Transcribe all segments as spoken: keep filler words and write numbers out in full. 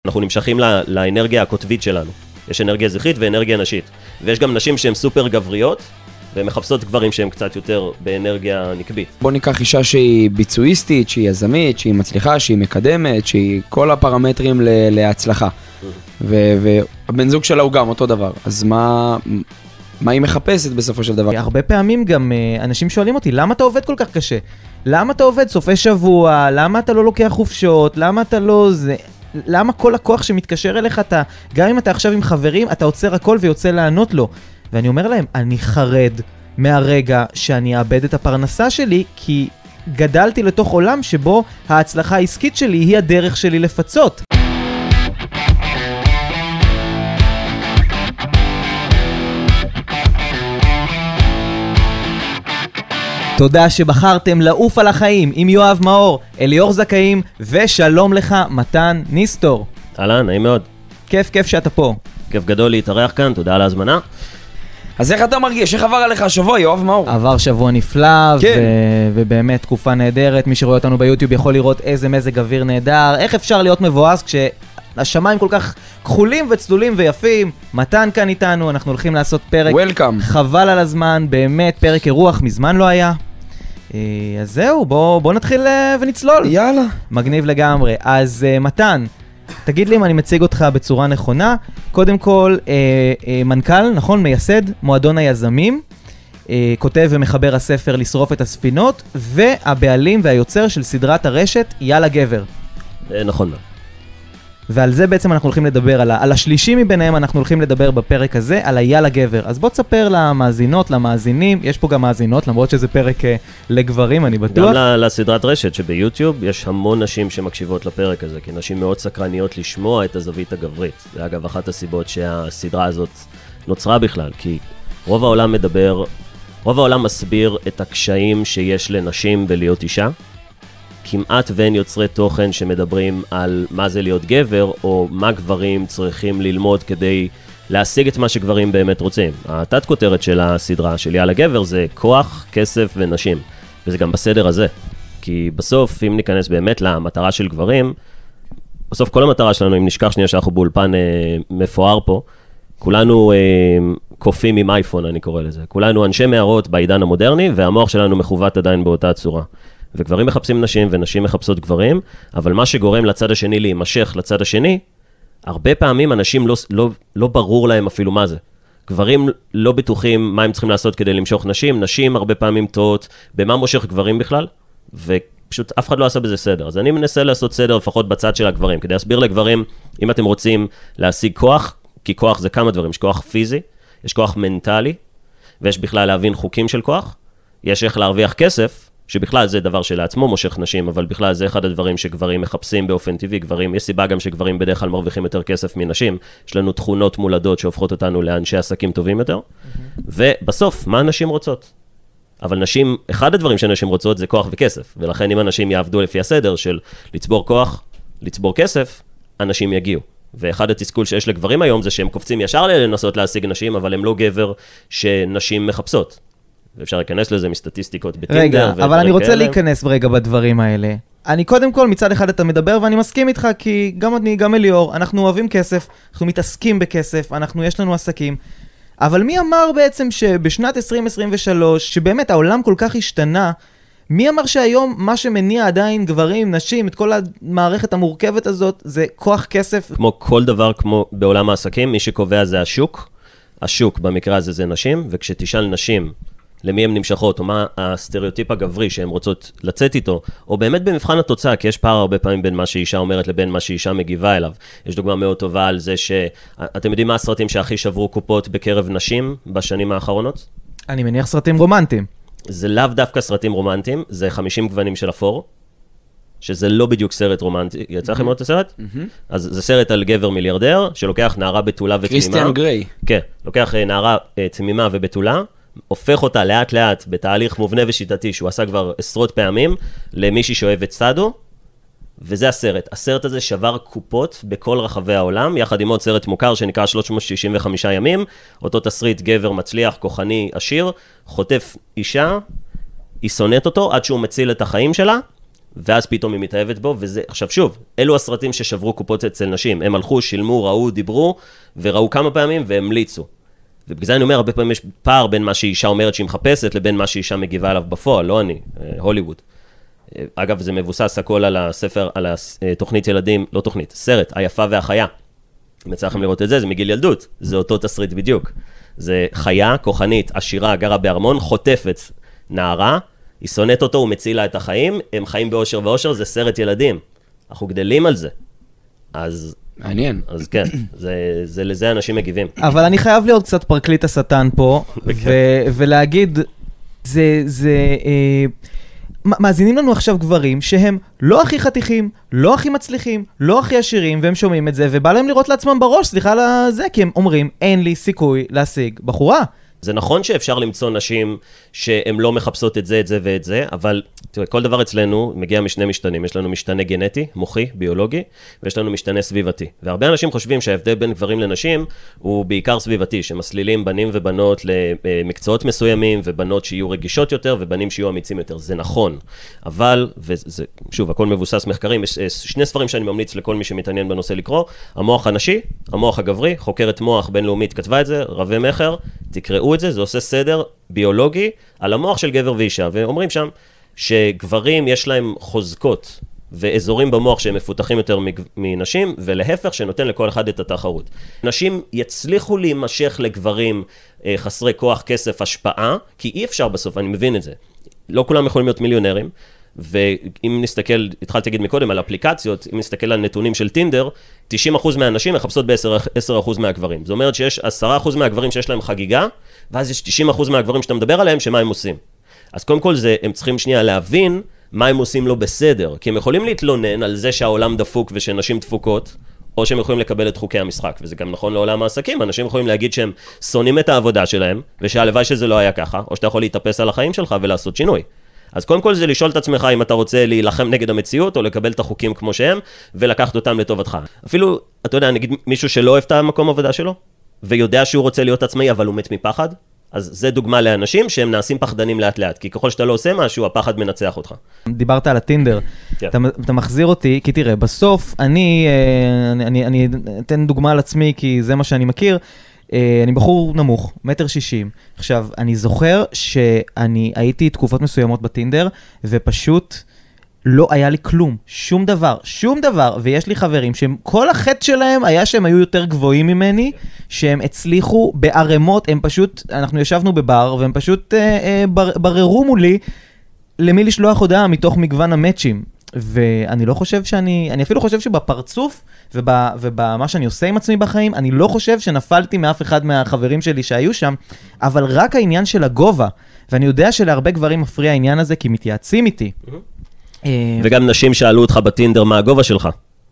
אנחנו נמשכים לה, לאנרגיה הכותבית שלנו. יש אנרגיה זכרית ואנרגיה נשית. ויש גם נשים שהן סופר גבריות, והן מחפשות גברים שהן קצת יותר באנרגיה נקבית. בוא ניקח אישה שהיא ביצועיסטית, שהיא יזמית, שהיא מצליחה, שהיא מקדמת, שהיא כל הפרמטרים ל- להצלחה. והבן זוג שלה הוא גם אותו דבר. אז מה, מה היא מחפשת בסופו של דבר? הרבה פעמים גם אנשים שואלים אותי, למה אתה עובד כל כך קשה? למה אתה עובד סופי שבוע? למה אתה לא לוקח חופשות? למה אתה לא זה... למה כל הכוח שמתקשר אליך, אתה, גם אם אתה עכשיו עם חברים, אתה עוצר הכל ויוצא לענות לו. ואני אומר להם, אני חרד מהרגע שאני אאבד את הפרנסה שלי, כי גדלתי לתוך עולם שבו ההצלחה העסקית שלי היא הדרך שלי לפצות. תודה שבחרתם לעוף על החיים עם יואב מאור, אליאור זכאים, ושלום לך מתן ניסטור. אהלן, נעים מאוד. כיף, כיף שאתה פה. כיף גדול להתארח כאן, תודה על ההזמנה. אז איך אתה מרגיש? איך עבר עליך השבוע, יואב מאור? עבר שבוע נפלא, כן. ו- ובאמת תקופה נהדרת. מי שרואה אותנו ביוטיוב יכול לראות איזה מזג אוויר נהדר. איך אפשר להיות מבואס כשהשמיים כל כך כחולים וצלולים ויפים? מתן כאן איתנו, אנחנו הולכים לעשות פרק. Welcome. חבל על הזמן, באמת פרק אירוח מזמן לא היה. אז זהו, בוא, בוא נתחיל ונצלול. יאללה. מגניב לגמרי. אז uh, מתן, תגיד לי אם אני מציג אותך בצורה נכונה. קודם כל, uh, uh, מנכ"ל, נכון, מייסד, מועדון היזמים, uh, כותב ומחבר הספר לשרוף את הספינות, והבעלים והיוצר של סדרת הרשת, יאללה גבר. נכון מאוד. ועל זה בעצם אנחנו הולכים לדבר, על, ה- על השלישי מביניהם אנחנו הולכים לדבר בפרק הזה, על היאללה גבר. אז בוא תספר למאזינות, למאזינים, יש פה גם מאזינות, למרות שזה פרק uh, לגברים, אני בטוח. גם ל- לסדרת רשת שביוטיוב יש המון נשים שמקשיבות לפרק הזה, כי נשים מאוד סקרניות לשמוע את הזווית הגברית. זה אגב אחת הסיבות שהסדרה הזאת נוצרה בכלל, כי רוב העולם מדבר, רוב העולם מסביר את הקשיים שיש לנשים בלהיות אישה, כמעט ואין יוצרי תוכן שמדברים על מה זה להיות גבר, או מה גברים צריכים ללמוד כדי להשיג את מה שגברים באמת רוצים. התת כותרת של הסדרה של יאללה גבר זה כוח, כסף ונשים, וזה גם בסדר הזה. כי בסוף, אם ניכנס באמת למטרה של גברים, בסוף כל המטרה שלנו, אם נשכח שנייה שאנחנו באולפן אה, מפואר פה, כולנו אה, קופים עם אייפון, אני קורא לזה. כולנו אנשי מערות בעידן המודרני, והמוח שלנו מחוות עדיין באותה צורה. וגברים מחפשים נשים ונשים מחפשות גברים, אבל מה שגורם לצד השני להימשך לצד השני, הרבה פעמים אנשים לא, לא, לא ברור להם אפילו מה זה. גברים לא בטוחים מה הם צריכים לעשות כדי למשוך נשים, נשים הרבה פעמים טועות במה מושך גברים בכלל, ופשוט אף אחד לא עשה בזה סדר. אז אני מנסה לעשות סדר לפחות בצד של הגברים, כדי להסביר לגברים, אם אתם רוצים להשיג כוח, כי כוח זה כמה דברים, יש כוח פיזי, יש כוח מנטלי, ויש בכלל להבין חוקים של כוח, יש איך להרוויח כסף, שבכלל זה דבר שלעצמו מושך נשים, אבל בכלל זה אחד הדברים שגברים מחפשים באופן טבעי. גברים, יש סיבה גם שגברים בדרך כלל מרוויחים יותר כסף מנשים. יש לנו תכונות מולדות שהופכות אותנו לאנשי עסקים טובים יותר. Mm-hmm. ובסוף, מה נשים רוצות? אבל נשים, אחד הדברים שנשים רוצות זה כוח וכסף. ולכן אם אנשים יעבדו לפי הסדר של לצבור כוח, לצבור כסף, אנשים יגיעו. ואחד התסכול שיש לגברים היום זה שהם קופצים ישר לנסות להשיג נשים, אבל הם לא גבר שנשים מחפשות. ואפשר להיכנס לזה מסטטיסטיקות בטינדר. רגע, אבל אני רוצה להיכנס רגע בדברים האלה. אני קודם כל מצד אחד אתה מדבר ואני מסכים איתך, כי גם אני, גם אליאור, אנחנו אוהבים כסף, אנחנו מתעסקים בכסף, אנחנו, יש לנו עסקים. אבל מי אמר בעצם שבשנת עשרים עשרים ושלוש, שבאמת העולם כל כך השתנה, מי אמר שהיום מה שמניע עדיין גברים, נשים, את כל המערכת המורכבת הזאת, זה כוח כסף? כמו כל דבר כמו בעולם העסקים, מי שקובע זה השוק. השוק במקרה הזה זה נשים, וכשתשאל נשים למי הן נמשכות, או מה הסטריאוטיפ הגברי שהן רוצות לצאת איתו, או באמת במבחן התוצאה, כי יש פער הרבה פעמים בין מה שאישה אומרת לבין מה שאישה מגיבה אליו. יש דוגמה מאוד טובה על זה שאתם יודעים מה הסרטים שהכי שברו קופות בקרב נשים בשנים האחרונות? אני מניח סרטים רומנטיים. זה לאו דווקא סרטים רומנטיים, זה חמישים גוונים של אפור, שזה לא בדיוק סרט רומנטי. יצא לכם מאוד את הסרט? אז זה סרט על גבר מיליארדר, שלוקח נערה בתולה ותמימה. קריסטיאן גריי. כן, לוקח נערה תמימה ובתולה, הופך אותה לאט לאט בתהליך מובנה ושיטתי שהוא עשה כבר עשרות פעמים למישהי שאוהבת סאדו, וזה הסרט. הסרט הזה שבר קופות בכל רחבי העולם, יחד עם עוד סרט מוכר שנקרא שלוש מאות שישים וחמישה ימים, אותו תסריט גבר מצליח, כוחני, עשיר, חוטף אישה, היא שונאת אותו עד שהוא מציל את החיים שלה, ואז פתאום היא מתאהבת בו, וזה, עכשיו שוב, אלו הסרטים ששברו קופות אצל נשים, הם הלכו, שילמו, ראו, דיברו, וראו כמה פעמים, והמליצו. ובגלל זה אני אומר, הרבה פעמים יש פער בין מה שאישה אומרת שהיא מחפשת, לבין מה שאישה מגיבה עליו בפועל, לא אני, הוליווד. אגב, זה מבוסס הכל על הספר, על התוכנית ילדים, לא תוכנית, סרט, היפה והחיה. אם יצא לכם לראות את זה, זה מגיל ילדות, זה אותו תסריט בדיוק. זה חיה, כוחנית, עשירה, גרה בארמון, חוטפת נערה, היא שונאת אותו, הוא מציל לה את החיים, הם חיים באושר ואושר, זה סרט ילדים. אנחנו גדלים על זה. אז... מעניין. אז כן, זה, זה לזה אנשים מגיבים. אבל אני חייב להיות קצת פרקליט השטן פה, ו- ולהגיד, זה... זה אה, מאזינים לנו עכשיו גברים שהם לא הכי חתיכים, לא הכי מצליחים, לא הכי עשירים, והם שומעים את זה, ובא להם לראות לעצמם בראש, סליחה לזה, כי הם אומרים, אין לי סיכוי להשיג בחורה. זה נכון שאפשר למצוא נשים שהן לא מחפשות את זה, את זה ואת זה, אבל תראה, כל דבר אצלנו מגיע משני משתנים. יש לנו משתנה גנטי, מוחי, ביולוגי, ויש לנו משתנה סביבתי. והרבה אנשים חושבים שההבדל בין גברים לנשים הוא בעיקר סביבתי, שמסלילים בנים ובנות למקצועות מסוימים, ובנות שיהיו רגישות יותר, ובנים שיהיו אמיצים יותר. זה נכון. אבל, וזה, שוב, הכל מבוסס מחקרים, יש שני ספרים שאני ממליץ לכל מי שמתעניין בנושא לקרוא, המוח הנשי, המוח הגברי, חוקרת מוח בינלאומית כתבה את זה, רבי מחר, תקראו את זה, זה עושה סדר ביולוגי על המוח של גבר ואישה, ואומרים שם שגברים יש להם חוזקות ואזורים במוח שהם מפותחים יותר מנשים, ולהפך שנותן לכל אחד את התחרות. נשים יצליחו להימשך לגברים חסרי כוח, כסף, השפעה, כי אי אפשר בסוף, אני מבין את זה. לא כולם יכולים להיות מיליונרים, ואם נסתכל, התחלתי להגיד מקודם על אפליקציות, אם נסתכל על נתונים של טינדר, תשעים אחוז מהנשים מחפשות ב-עשרה אחוז מהגברים. זאת אומרת שיש עשרה אחוז מהגברים שיש להם חגיגה, ואז יש תשעים אחוז מהגברים שאתה מדבר עליהם, שמה הם עושים. אז קודם כל זה, הם צריכים שנייה להבין מה הם עושים לא בסדר, כי הם יכולים להתלונן על זה שהעולם דפוק ושנשים דפוקות, או שהם יכולים לקבל את חוקי המשחק, וזה גם נכון לעולם העסקים, אנשים יכולים להגיד שהם שונאים את העבודה שלהם, ושהלוואי שזה לא היה ככה, או שאתה יכול להתאפס על החיים שלך ולעשות שינוי. אז קודם כל זה לשאול את עצמך אם אתה רוצה להילחם נגד המציאות, או לקבל את החוקים כמו שהם, ולקחת אותם לטובתך. אפילו, אתה יודע, נגיד מישהו שלא אוהב את המקום עבודה שלו, ויודע שהוא רוצה להיות עצמאי, אבל הוא מת מפחד, אז זה דוגמה לאנשים שהם נעשים פחדנים לאט לאט, כי ככל שאתה לא עושה משהו, הפחד מנצח אותך. דיברת על הטינדר, yeah. אתה, אתה מחזיר אותי, כי תראה, בסוף אני, אני, אני, אני אתן דוגמה על עצמי, כי זה מה שאני מכיר, אני בחור נמוך, מטר שישים. עכשיו, אני זוכר שאני הייתי תקופות מסוימות בטינדר, ופשוט לא היה לי כלום, שום דבר, שום דבר, ויש לי חברים שהם, כל החטא שלהם היה שהם היו יותר גבוהים ממני, שהם הצליחו בערמות, הם פשוט, אנחנו ישבנו בבר, והם פשוט אה, אה, בר, בררו מולי, למי לשלוח הודעה מתוך מגוון המאצ'ים. ואני לא חושב שאני, אני אפילו חושב שבפרצוף, ובא, ובמה שאני עושה עם עצמי בחיים, אני לא חושב שנפלתי מאף אחד מהחברים שלי שהיו שם, אבל רק העניין של הגובה, ואני יודע שלהרבה גברים מפריע העניין הזה, כי מתייעצים איתי. וגם נשים שאלו אותך בטינדר מה הגובה שלך.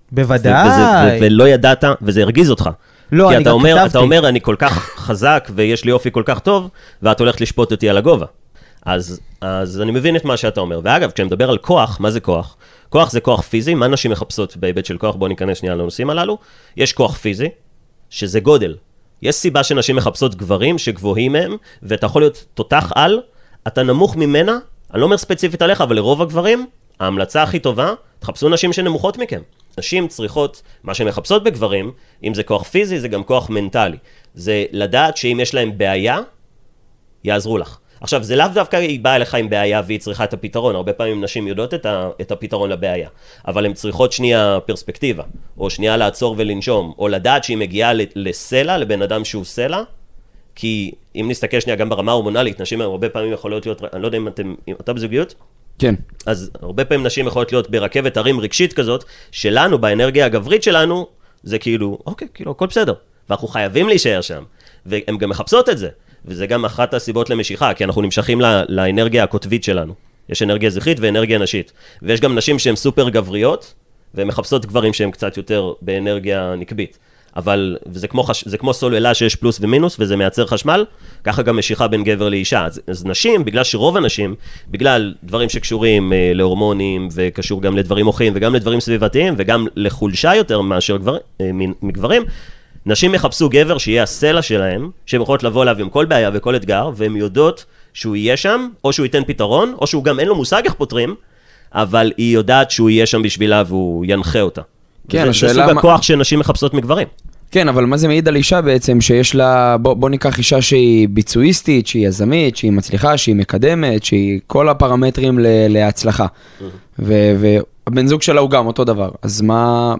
בוודאי. ולא ידעת, וזה הרגיז אותך. לא, כי אתה אומר, אתה אומר, אני כל כך חזק, ויש לי אופי כל כך טוב, ואת הולכת לשפוט אותי על הגובה. אז, אז אני מבין את מה שאתה אומר. ואגב, כשאני מדבר על כוח, מה זה כוח? כוח זה כוח פיזי. מה נשים מחפשות בהיבט של כוח? בואו ניכנס שנייה לנושאים הללו. יש כוח פיזי, שזה גודל. יש סיבה שנשים מחפשות גברים שגבוהים מהם, ואתה יכול להיות תותח על, אתה נמוך ממנה, אני לא אומר ספציפית עליך, אבל לרוב הגברים, ההמלצה הכי טובה, תחפשו נשים שנמוכות מכם. נשים צריכות, מה שהן מחפשות בגברים, אם זה כוח פיזי, זה גם כוח מנטלי. זה לדעת שאם יש להם בעיה, יעזרו לך. עכשיו, זה לאו דווקא היא באה אליך עם בעיה והיא צריכה את הפתרון. הרבה פעמים נשים יודעות את, ה, את הפתרון לבעיה, אבל הן צריכות שנייה פרספקטיבה, או שנייה לעצור ולנשום, או לדעת שהיא מגיעה לסלע, לבן אדם שהוא סלע, כי אם נסתכל שנייה גם ברמה ההורמונלית, נשים הרבה פעמים יכולות להיות, אני לא יודע אם אתם, אם אתה בזוגיות? כן. אז הרבה פעמים נשים יכולות להיות ברכבת הרים רגשית כזאת, שלנו, באנרגיה הגברית שלנו, זה כאילו, אוקיי, כאילו, הכל בסדר. ואנחנו חייבים להישאר שם. והן גם מחפשות את זה. וזה גם אחת הסיבות למשיכה, כי אנחנו נמשכים לה, לאנרגיה הקוטבית שלנו. יש אנרגיה זכרית ואנרגיה נשית. ויש גם נשים שהן סופר גבריות, והן מחפשות גברים שהם קצת יותר באנרגיה נקבית. אבל זה כמו, חש... זה כמו סוללה שיש פלוס ומינוס, וזה מייצר חשמל, ככה גם משיכה בין גבר לאישה. אז, אז נשים, בגלל שרוב הנשים, בגלל דברים שקשורים אה, להורמונים, וקשור גם לדברים מוחיים, וגם לדברים סביבתיים, וגם לחולשה יותר מאשר גבר, אה, מגברים, נשים יחפשו גבר שיהיה הסלע שלהם, שהם יכולות לבוא אליו עם כל בעיה וכל אתגר, והן יודעות שהוא יהיה שם, או שהוא ייתן פתרון, או שהוא גם אין לו מושג איך פותרים, אבל היא יודעת שהוא יהיה שם בשבילה והוא ינחה אותה. כן, זה, השאלה... זה סוג מה... הכוח שנשים מחפשות מגברים. כן, אבל מה זה מעיד על אישה בעצם, שיש לה, בוא, בוא ניקח אישה שהיא ביצועיסטית, שהיא יזמית, שהיא מצליחה, שהיא מקדמת, שהיא כל הפרמטרים ל, להצלחה. והבן זוג שלה הוא גם אותו דבר. אז מה,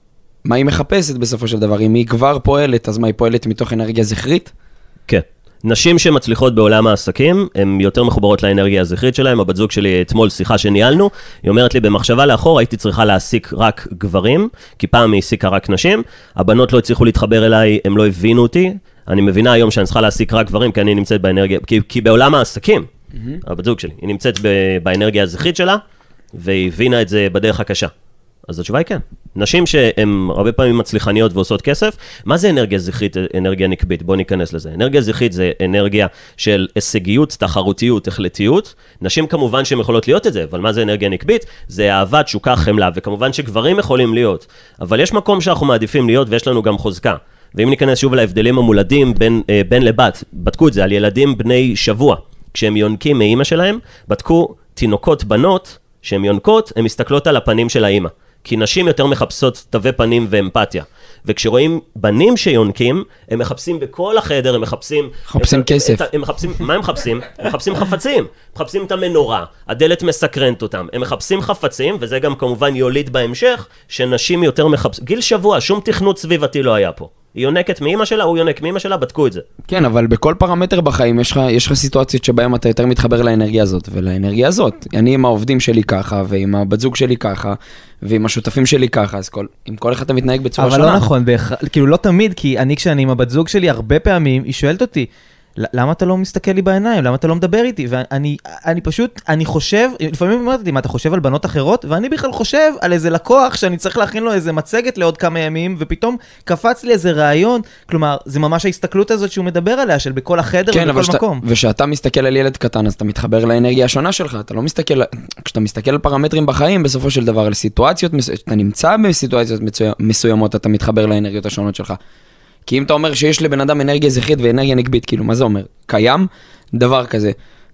מה היא מחפשת בסופו של דבר? אם היא כבר פועלת, אז מה, היא פועלת מתוך אנרגיה זכרית? כן. נשים שמצליחות בעולם העסקים, הן יותר מחוברות לאנרגיה הזכרית שלהן. הבת זוג שלי אתמול שיחה שניהלנו, היא אומרת לי, במחשבה לאחור הייתי צריכה להעסיק רק גברים, כי פעם היא העסיקה רק נשים, הבנות לא הצליחו להתחבר אליי, הם לא הבינו אותי, אני מבינה היום שאני צריכה להעסיק רק גברים, כי אני נמצאת באנרגיה, כי, כי בעולם העסקים, mm-hmm. הבת זוג שלי, היא נמצאת ב, באנרגיה הזכרית שלה, והיא הבינה את זה בדרך הקשה. אז התשובה היא כן. נשים שהן הרבה פעמים מצליחניות ועושות כסף, מה זה אנרגיה זכרית, אנרגיה נקבית? בואו ניכנס לזה. אנרגיה זכרית זה אנרגיה של הישגיות, תחרותיות, החלטיות. נשים כמובן שהן יכולות להיות את זה, אבל מה זה אנרגיה נקבית? זה אהבה, תשוקה, חמלה, וכמובן שגברים יכולים להיות. אבל יש מקום שאנחנו מעדיפים להיות ויש לנו גם חוזקה. ואם ניכנס שוב להבדלים המולדים בין, בין לבת, בדקו את זה על ילדים בני שבוע. כשהם יונקים מאמא שלהם, בדקו תינוקות בנות, שהן יונקות, הן מסתכלות על הפנים של האמא. כי נשים יותר מחפשות תווי פנים ואמפתיה. וכשרואים בנים שיונקים, הם מחפשים בכל החדר, הם מחפשים... מחפשים את, כסף. את, הם מחפשים, מה הם מחפשים? הם מחפשים חפצים. מחפשים את המנורה, הדלת מסקרנת אותם. הם מחפשים חפצים, וזה גם כמובן יוליד בהמשך, שנשים יותר מחפשים... גיל שבוע, שום תכנות סביבתי לא היה פה. היא יונקת מאמא שלה, הוא יונק מאמא שלה, בדקו את זה. כן, אבל בכל פרמטר בחיים יש לך, יש לך סיטואציות שבהם אתה יותר מתחבר לאנרגיה הזאת, ולאנרגיה הזאת. אני עם העובדים שלי ככה, ועם הבת זוג שלי ככה, ועם השותפים שלי ככה, אז כל, עם כל אחד אתה מתנהג בצורה שונה. אבל לא נכון, בהכ... כאילו לא תמיד, כי אני כשאני עם הבת זוג שלי, הרבה פעמים היא שואלת אותי, למה אתה לא מסתכל לי בעיניים? למה אתה לא מדבר איתי? ואני אני פשוט, אני חושב, לפעמים אומרת אותי, מה אתה חושב על בנות אחרות? ואני בכלל חושב על איזה לקוח שאני צריך להכין לו איזה מצגת לעוד כמה ימים, ופתאום קפץ לי איזה רעיון, כלומר, זה ממש ההסתכלות הזאת שהוא מדבר עליה, של בכל החדר כן, ובכל ושאתה, מקום. ושאתה מסתכל על ילד קטן, אז אתה מתחבר לאנרגיה השונה שלך, אתה לא מסתכל, כשאתה מסתכל על פרמטרים בחיים, בסופו של דבר, על סיטואציות, אתה נמצא בסיטואציות מסוימות, אתה מתחבר לאנרגיות השונות שלך. כי אם אתה אומר שיש לבן אדם אנרגיה זכרית ואנרגיה נקבית, כאילו, מה זה אומר? קיים דבר כזה.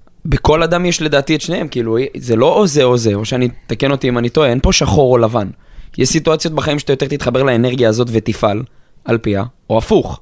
בכל אדם יש לדעתי את שניהם, כאילו, זה לא או זה או זה, או שאני, תקן אותי אם אני טועה, אין פה שחור או לבן. יש סיטואציות בחיים שאתה יותר תתחבר לאנרגיה הזאת ותפעל, על פיה, או הפוך.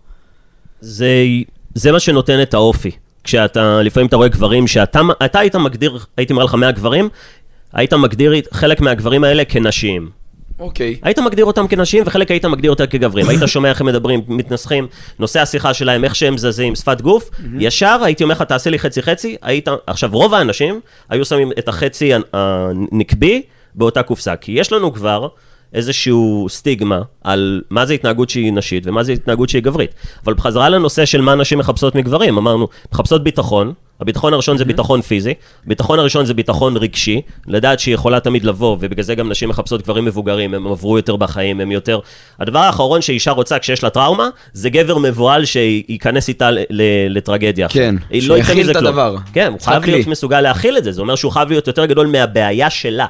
זה, זה מה שנותן את האופי. כשאתה, לפעמים אתה רואה גברים שאתה, אתה היית מגדיר, הייתי מראה לך מאה גברים, היית מגדיר חלק מהגברים האלה כנשים. אוקיי. היית מגדיר אותם כנשים, וחלק היית מגדיר אותם כגברים. היית שומע איך הם מדברים, מתנסחים, נושא השיחה שלהם, איך שהם זזים, שפת גוף. ישר הייתי אומר לך, תעשה לי חצי חצי. היית, עכשיו, רוב האנשים היו שמים את החצי הנקבי באותה קופסה. כי יש לנו כבר איזשהו סטיגמה על מה זה התנהגות שהיא נשית, ומה זה התנהגות שהיא גברית. אבל בחזרה לנושא של מה נשים מחפשות מגברים, אמרנו, מחפשות ביטחון. הביטחון הראשון זה ביטחון פיזי, הביטחון הראשון זה ביטחון רגשי, לדעת שהיא יכולה תמיד לבוא, ובגלל זה גם נשים מחפשות גברים מבוגרים, הם עברו יותר בחיים, הם יותר... הדבר האחרון שאישה רוצה כשיש לה טראומה, זה גבר מבועל שייכנס איתה לטרגדיה. כן, שיכיל את הדבר. כן, הוא חייב להיות מסוגל להכיל את זה, זה אומר שהוא חייב להיות יותר גדול מהבעיה שלה.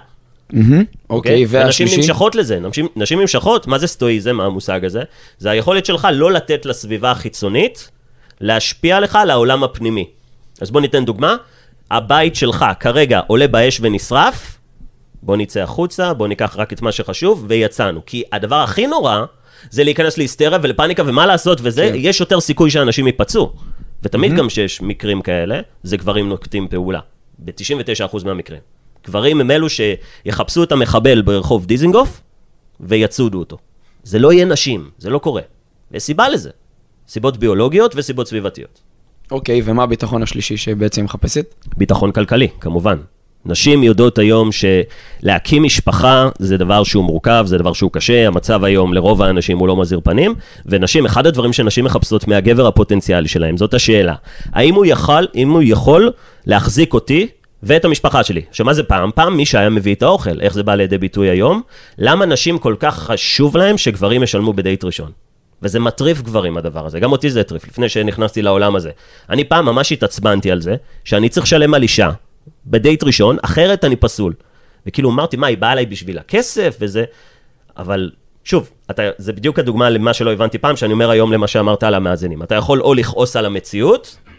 אוקיי, והשלישי? נשים נמשכות לזה, נשים נמשכות, מה זה סטואיזם, מה המושג הזה? זה היכולת שלך לא לתת לסביבה החיצונית, להשפיע לך על העולם הפנימי. אז בוא ניתן דוגמה, הבית שלך כרגע עולה באש ונשרף, בוא נצא החוצה, בוא ניקח רק את מה שחשוב, ויצאנו. כי הדבר הכי נורא, זה להיכנס להיסטריה ולפאניקה, ומה לעשות, וזה, כן. יש יותר סיכוי שאנשים ייפצעו. ותמיד mm-hmm. גם שיש מקרים כאלה, זה גברים נוקטים פעולה. ב-תשעים ותשעה אחוז מהמקרים. גברים הם אלו שיחפשו את המחבל ברחוב דיזינגוף, ויצודו אותו. זה לא יהיה נשים, זה לא קורה. יש סיבה לזה. סיבות ביולוגיות וסיבות סביבתיות. אוקיי, ומה הביטחון השלישי שבעצם מחפשת? ביטחון כלכלי, כמובן. נשים יודעות היום שלהקים משפחה זה דבר שהוא מורכב, זה דבר שהוא קשה, המצב היום לרוב האנשים הוא לא מזהיר פנים, ונשים, אחד הדברים שנשים מחפשות מהגבר הפוטנציאלי שלהם, זאת השאלה. האם הוא יכול, אם הוא יכול להחזיק אותי ואת המשפחה שלי? שמה זה פעם? פעם מי שהיה מביא את האוכל, איך זה בא לידי ביטוי היום? למה נשים כל כך חשוב להם שגברים ישלמו בדייט ראשון? וזה מטריף גברים הדבר הזה, גם אותי זה הטריף, לפני שנכנסתי לעולם הזה. אני פעם ממש התעצבנתי על זה, שאני צריך לשלם על אישה, בדייט ראשון, אחרת אני פסול. וכאילו אמרתי, מה, היא באה עליי בשביל הכסף וזה, אבל שוב, אתה, זה בדיוק הדוגמה למה שלא הבנתי פעם, שאני אומר היום למה שאמרת על המאזינים. אתה יכול או לכעוס על המציאות,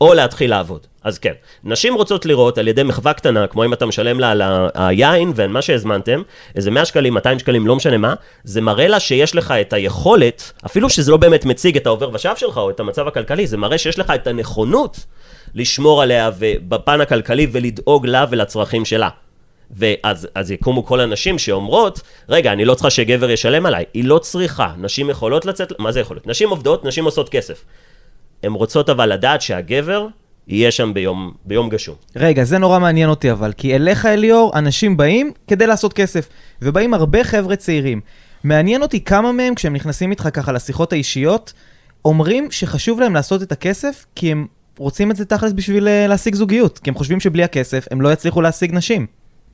או להתחיל לעבוד. אז כן, נשים רוצות לראות על ידי מחווה קטנה, כמו אם אתה משלם לה על היין ומה שהזמנתם, איזה מאה שקלים, מאתיים שקלים, לא משנה מה, זה מראה לה שיש לך את היכולת, אפילו שזה לא באמת מציג את העובר ושב שלך או את המצב הכלכלי, זה מראה שיש לך את הנכונות לשמור עליה בפן הכלכלי ולדאוג לה ולצרכים שלה. ואז אז יקומו כל הנשים שאומרות, רגע, אני לא צריכה שגבר ישלם עליי, היא לא צריכה, נשים יכולות לצאת, מה זה יכולות? נשים עובדות, נשים עושות כסף. הן רוצות אבל לדעת שהגבר יהיה שם ביום, ביום גשום. רגע, זה נורא מעניין אותי אבל, כי אליך אליאור, אנשים באים כדי לעשות כסף, ובאים הרבה חבר'ה צעירים. מעניין אותי כמה מהם, כשהם נכנסים איתך ככה לשיחות האישיות, אומרים שחשוב להם לעשות את הכסף, כי הם רוצים את זה תכלס בשביל להשיג זוגיות, כי הם חושבים שבלי הכסף הם לא יצליחו להשיג נשים.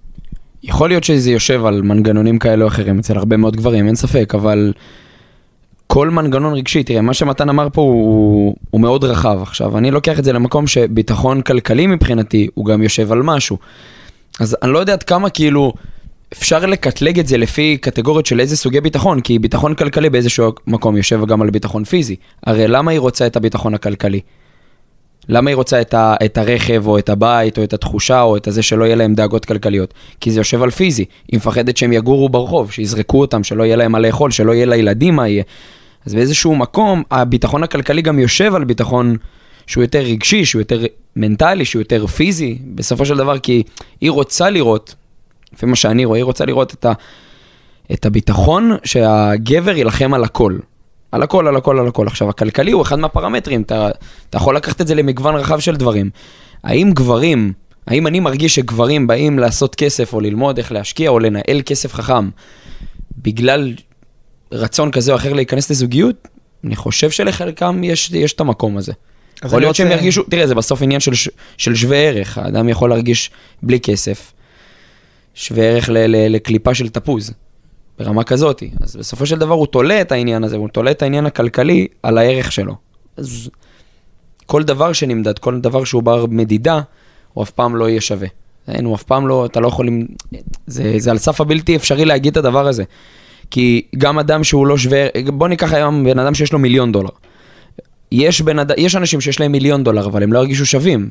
יכול להיות שזה יושב על מנגנונים כאלה או אחרים, אצל הרבה מאוד גברים, אין ספק, אבל כל מנגנון רגשי, תראה, מה שמתן אמר פה הוא, הוא מאוד רחב. עכשיו, אני לוקח את זה למקום שביטחון כלכלי מבחינתי, הוא גם יושב על משהו. אז אני לא יודע עד כמה כאילו אפשר לקטלג את זה לפי קטגוריות של איזה סוגי ביטחון, כי ביטחון כלכלי באיזשהו מקום יושב גם על ביטחון פיזי. הרי למה היא רוצה את הביטחון הכלכלי? למה היא רוצה את, ה, את הרכב או את הבית או את התחושה או את הזה שלא יהיה להם דאגות כלכליות? כי זה יושב על פיזי. היא מפחדת שהם יגורו ברחוב, שיזרקו אותם, שלא יהיה להם מה לאכול, שלא יהיה לילדים מה יהיה. אז באיזשהו מקום, הביטחון הכלכלי גם יושב על ביטחון שהוא יותר רגשי, שהוא יותר מנטלי, שהוא יותר פיזי, בסופו של דבר, כי היא רוצה לראות, לפי מה שאני רואה, היא רוצה לראות את, ה, את הביטחון שהגבר ילחם על הכל. על הכל, על הכל, על הכל. עכשיו, הכלכלי הוא אחד מהפרמטרים, אתה, אתה יכול לקחת את זה למגוון רחב של דברים. האם גברים, האם אני מרגיש שגברים באים לעשות כסף, או ללמוד איך להשקיע, או לנהל כסף חכם, בגלל רצון כזה או אחר להיכנס לזוגיות? אני חושב שלחלקם יש, יש את המקום הזה. יכול להיות שהם ירגישו, תראה, זה בסוף עניין של, של שווה ערך. האדם יכול להרגיש בלי כסף, שווה ערך ל, ל, לקליפה של תפוז. ברמה כזאת. אז בסופו של דבר הוא תולה את העניין הזה, הוא תולה את העניין הכלכלי על הערך שלו. אז כל דבר שנמדד, כל דבר שהוא בר מדידה, הוא אף פעם לא יהיה שווה. אין, הוא אף פעם לא, אתה לא יכול... זה, זה על סף הבלתי אפשרי להגיד את הדבר הזה. כי גם אדם שהוא לא שווה... בוא ניקח היום בן אדם שיש לו מיליון דולר. יש, בן אדם, יש אנשים שיש להם מיליון דולר, אבל הם לא הרגישו שווים.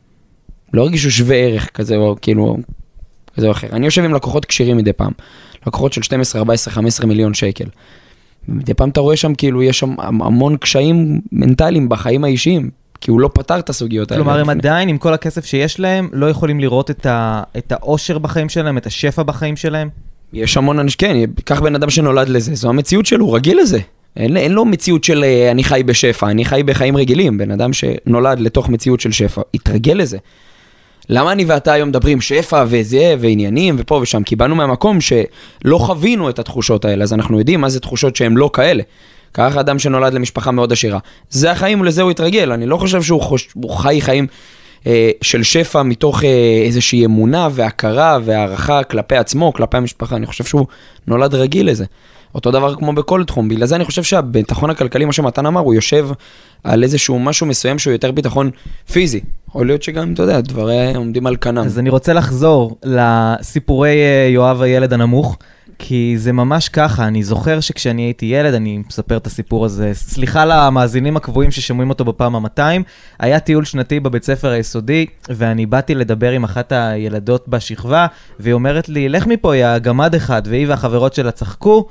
לא הרגישו שווה ערך כזה, או כאילו... כזה או אחר. אני יושב עם לקוחות קשירים מדי פעם. לקוחות של שתים עשרה, ארבע עשרה, חמש עשרה מיליון שקל. מדי פעם אתה רואה שם, כאילו, יש שם המון קשיים מנטליים בחיים האישיים, כי הוא לא פתר את הסוגיות האלה. כלומר, הם עדיין, עם כל הכסף שיש להם, לא יכולים לראות את, ה... את האושר בחיים שלהם, את השפע בחיים שלהם? יש המון אנשים, כן, כך בן אדם שנולד לזה, זו המציאות שלו, הוא רגיל לזה. אין, אין לו מציאות של אני חי בשפע, אני חי בחיים רגילים. בן אדם שנולד לתוך מציאות של שפע, יתרגל לזה. למה אני ואתה היום מדברים שפע וזה ועניינים ופה ושם? כי באנו מהמקום שלא חווינו את התחושות האלה, אז אנחנו יודעים מה זה תחושות שהן לא כאלה. כך אדם שנולד למשפחה מאוד עשירה. זה החיים ולזה הוא יתרגל. אני לא חושב שהוא חוש... חי חיים אה, של שפע מתוך אה, איזושהי אמונה והכרה והערכה כלפי עצמו, כלפי המשפחה. אני חושב שהוא נולד רגיל לזה. אותו דבר כמו בכל תחום. בגלל זה אני חושב שהביטחון הכלכלי, מה שמתן אמר, הוא יושב על איזשהו משהו מסוים שהוא יותר ביטחון פיזי. יכול להיות שגם, אתה יודע, דברי עומדים על כנם. אז אני רוצה לחזור לסיפורי יואב הילד הנמוך, כי זה ממש ככה. אני זוכר שכשאני הייתי ילד, אני מספר את הסיפור הזה, סליחה למאזינים הקבועים ששומעים אותו בפעם ה-מאתיים, היה טיול שנתי בבית ספר היסודי, ואני באתי לדבר עם אחת הילדות בשכבה, והיא אומרת לי, לך מפה, יא גמד אחד, והיא והחברות שלה צחקו,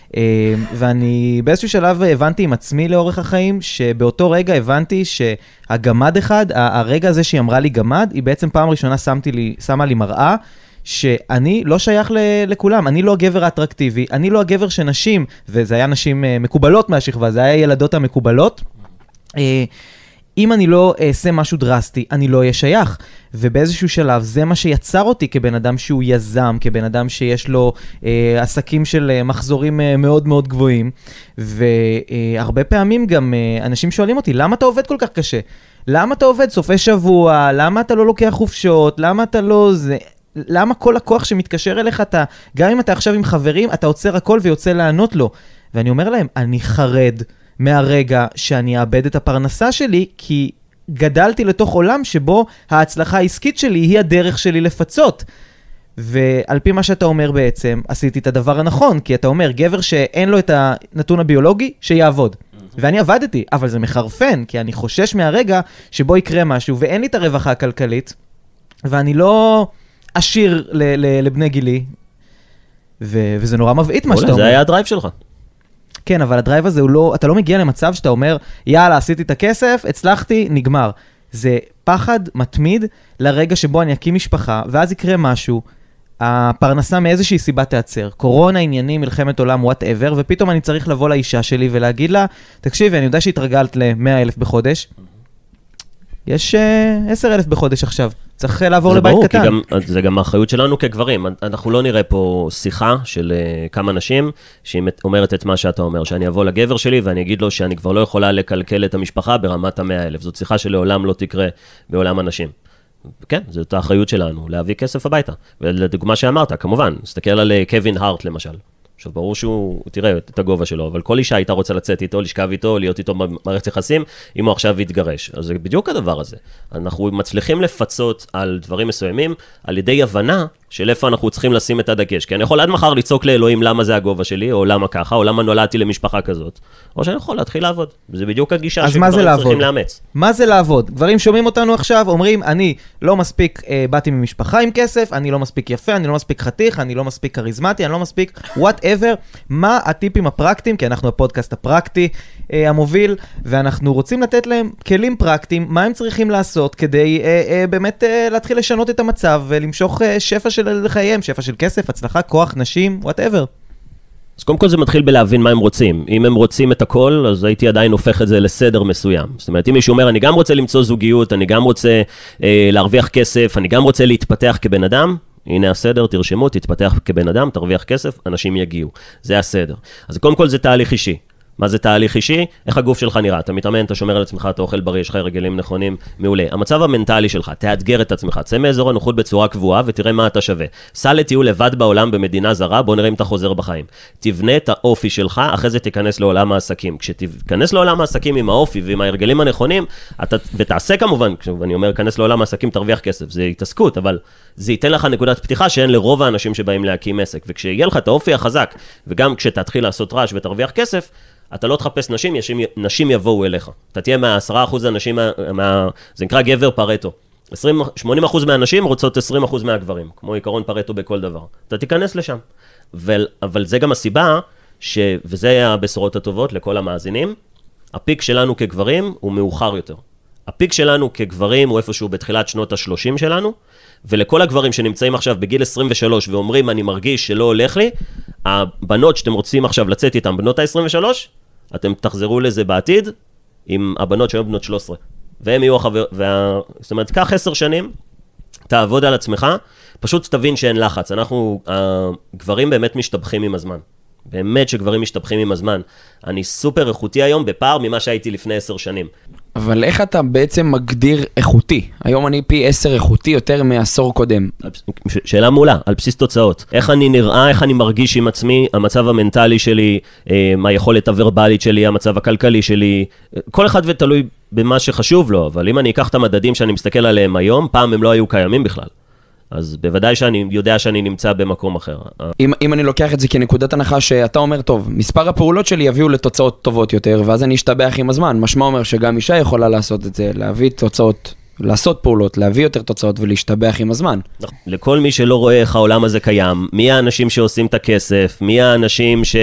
ואני באיזשהו שלב הבנתי עם עצמי לאורך החיים, שבאותו רגע הבנתי שהגמד אחד, הרגע הזה שהיא אמרה לי גמד, היא בעצם פעם ראשונה שמתי לי, שמה לי מראה, שאני לא שייך לכולם, אני לא הגבר האטרקטיבי, אני לא הגבר שנשים, וזה היה נשים מקובלות מהשכבה, זה היה ילדות המקובלות, אם אני לא אעשה משהו דרסטי, אני לא אהיה שייך. ובאיזשהו שלב, זה מה שיצר אותי כבן אדם שהוא יזם, כבן אדם שיש לו אה, עסקים של אה, מחזורים אה, מאוד מאוד גבוהים. והרבה פעמים גם אה, אנשים שואלים אותי, למה אתה עובד כל כך קשה? למה אתה עובד סופי שבוע? למה אתה לא לוקח חופשות? למה אתה לא... זה... למה כל הכוח שמתקשר אליך, אתה, גם אם אתה עכשיו עם חברים, אתה עוצר הכל ויוצא לענות לו. ואני אומר להם, אני חרד מהרגע שאני אאבד את הפרנסה שלי, כי גדלתי לתוך עולם שבו ההצלחה העסקית שלי היא הדרך שלי לפצות. ועל פי מה שאתה אומר בעצם, עשיתי את הדבר הנכון, כי אתה אומר, גבר שאין לו את הנתון הביולוגי, שיעבוד. ואני עבדתי, אבל זה מחרפן, כי אני חושש מהרגע שבו יקרה משהו, ואין לי את הרווחה הכלכלית, ואני לא עשיר ל- ל- לבני גילי, ו- וזה נורא מבעית מה שאתה אומר. זה היה הדרייב שלך. כן, אבל הדרייב הזה הוא לא, אתה לא מגיע למצב שאתה אומר, יאללה, עשיתי את הכסף, הצלחתי, נגמר. זה פחד מתמיד לרגע שבו אני אקים משפחה, ואז יקרה משהו, הפרנסה מאיזושהי סיבה תעצר. קורונה, עניינים, מלחמת עולם, whatever, ופתאום אני צריך לבוא לאישה שלי ולהגיד לה, תקשיבי, אני יודע שהתרגלת ל-מאה אלף בחודש, יש עשרה אלף בחודש עכשיו, צריך לעבור לבית ברור, קטן. גם, זה גם האחריות שלנו כגברים. אנחנו לא נראה פה שיחה של uh, כמה נשים, שהיא אומרת את מה שאתה אומר, שאני אבוא לגבר שלי ואני אגיד לו שאני כבר לא יכולה לקלקל את המשפחה ברמת המאה אלף. זאת שיחה שלעולם לא תקרה בעולם הנשים. כן, זאת האחריות שלנו, להביא כסף הביתה. ולדוגמה שאמרת, כמובן, נסתכל על קווין הארט למשל. עכשיו, ברור שהוא, תראה את הגובה שלו, אבל כל אישה הייתה רוצה לצאת איתו, לשכב איתו, להיות איתו במערכת יחסים, אם הוא עכשיו יתגרש. אז זה בדיוק הדבר הזה. אנחנו מצליחים לפצות על דברים מסוימים, על ידי הבנה של איפה אנחנו צריכים לשים את הדגש. כי אני יכול עד מחר לצעוק לאלוהים למה זה הגובה שלי, או למה ככה, או למה נולדתי למשפחה כזאת. או שאני יכול להתחיל לעבוד. זה בדיוק הגישה שגברים צריכים לאמץ. מה זה לעבוד? גברים שומעים אותנו עכשיו, אומרים, אני לא מספיק אה, באתי ממשפחה עם כסף, אני לא מספיק יפה, אני לא מספיק חתיך, אני לא מספיק קריזמטי, אני לא מספיק whatever. מה הטיפים הפרקטיים? כי אנחנו הפודקאסט הפרקטי אה, המוביל, ואנחנו רוצים לתת להם כלים פרקטיים, מה הם צריכים לעשות כדי אה, אה, באמת אה, להתחיל לשנות את המצב ולמשוך אה, שפע של חייהם, שפע של כסף, הצלחה, כוח, נשים, whatever. אז קודם כל זה מתחיל בלהבין מה הם רוצים. אם הם רוצים את הכל, אז הייתי עדיין הופך את זה לסדר מסוים. זאת אומרת, אם מישהו אומר, אני גם רוצה למצוא זוגיות, אני גם רוצה אה, להרוויח כסף, אני גם רוצה להתפתח כבן אדם, הנה הסדר, תרשמו, תתפתח כבן אדם, תרוויח כסף, אנשים יגיעו. זה הסדר. אז קודם כל זה תהליך אישי. מה זה תהליך אישי? איך הגוף שלך נראה? אתה מתאמן, אתה שומר על עצמך, אתה אוכל בריא, יש לך הרגלים נכונים, מעולה. המצב המנטלי שלך, תאתגר את עצמך, צא מאזור הנוחות בצורה קבועה ותראה מה אתה שווה. סע לטיול לבד בעולם במדינה זרה, בוא נראה אם אתה חוזר בחיים. תבנה את האופי שלך, אחרי זה תיכנס לעולם העסקים. כשתיכנס לעולם העסקים עם האופי ועם ההרגלים הנכונים, אתה, ותעשה כמובן, כשאני אומר, כנס לעולם העסקים, תרוויח כסף. זה התעסקות, אבל זה ייתן לך נקודת פתיחה שאין לרוב האנשים שבאים להקים עסק. וכשיהיה לך את האופי החזק, וגם כשתתחיל לעשות רעש ותרוויח כסף, אתה לא תחפש נשים, נשים יבואו אליך. אתה תהיה מה-עשרה אחוז האנשים, מה, זה נקרא גבר פרטו. שמונים אחוז מהנשים רוצות עשרים אחוז מהגברים, כמו עיקרון פרטו בכל דבר. אתה תיכנס לשם. אבל, אבל זה גם הסיבה, ש, וזה הבשורות הטובות לכל המאזינים, הפיק שלנו כגברים הוא מאוחר יותר. הפיק שלנו כגברים הוא איפשהו בתחילת שנות ה-שלושים שלנו, ולכל הגברים שנמצאים עכשיו בגיל עשרים ושלוש ואומרים, אני מרגיש שלא הולך לי, הבנות שאתם רוצים עכשיו לצאת איתן, בנות ה-עשרים ושלוש, אתם תחזרו לזה בעתיד, עם הבנות שהיום בנות שלוש עשרה. והם יהיו החבר... וה... זאת אומרת, קח עשר שנים, תעבוד על עצמך, פשוט תבין שאין לחץ. אנחנו, הגברים באמת משתבחים עם הזמן. באמת שגברים משתבחים עם הזמן. אני סופר איכותי היום בפער ממה שהייתי לפני עשר שנים. אבל איך אתה בעצם מגדיר איכותי? היום אני פי עשר איכותי יותר מעשור קודם. שאלה מעולה, על בסיס תוצאות. איך אני נראה, איך אני מרגיש עם עצמי, המצב המנטלי שלי, היכולת הוורבלית שלי, המצב הכלכלי שלי, כל אחד ותלוי במה שחשוב לו, אבל אם אני אקח את המדדים שאני מסתכל עליהם היום, פעם הם לא היו קיימים בכלל. אז בוודאי שאני יודע שאני נמצא במקום אחר. אם, אם אני לוקח את זה כנקודת הנחה שאתה אומר, טוב, מספר הפעולות שלי יביאו לתוצאות טובות יותר, ואז אני אשתבח עם הזמן. משמע אומר שגם אישה יכולה לעשות את זה, להביא תוצאות, לעשות פעולות, להביא יותר תוצאות ולהשתבח עם הזמן. לכל מי שלא רואה איך העולם הזה קיים, מי האנשים שעושים את הכסף, מי האנשים ש...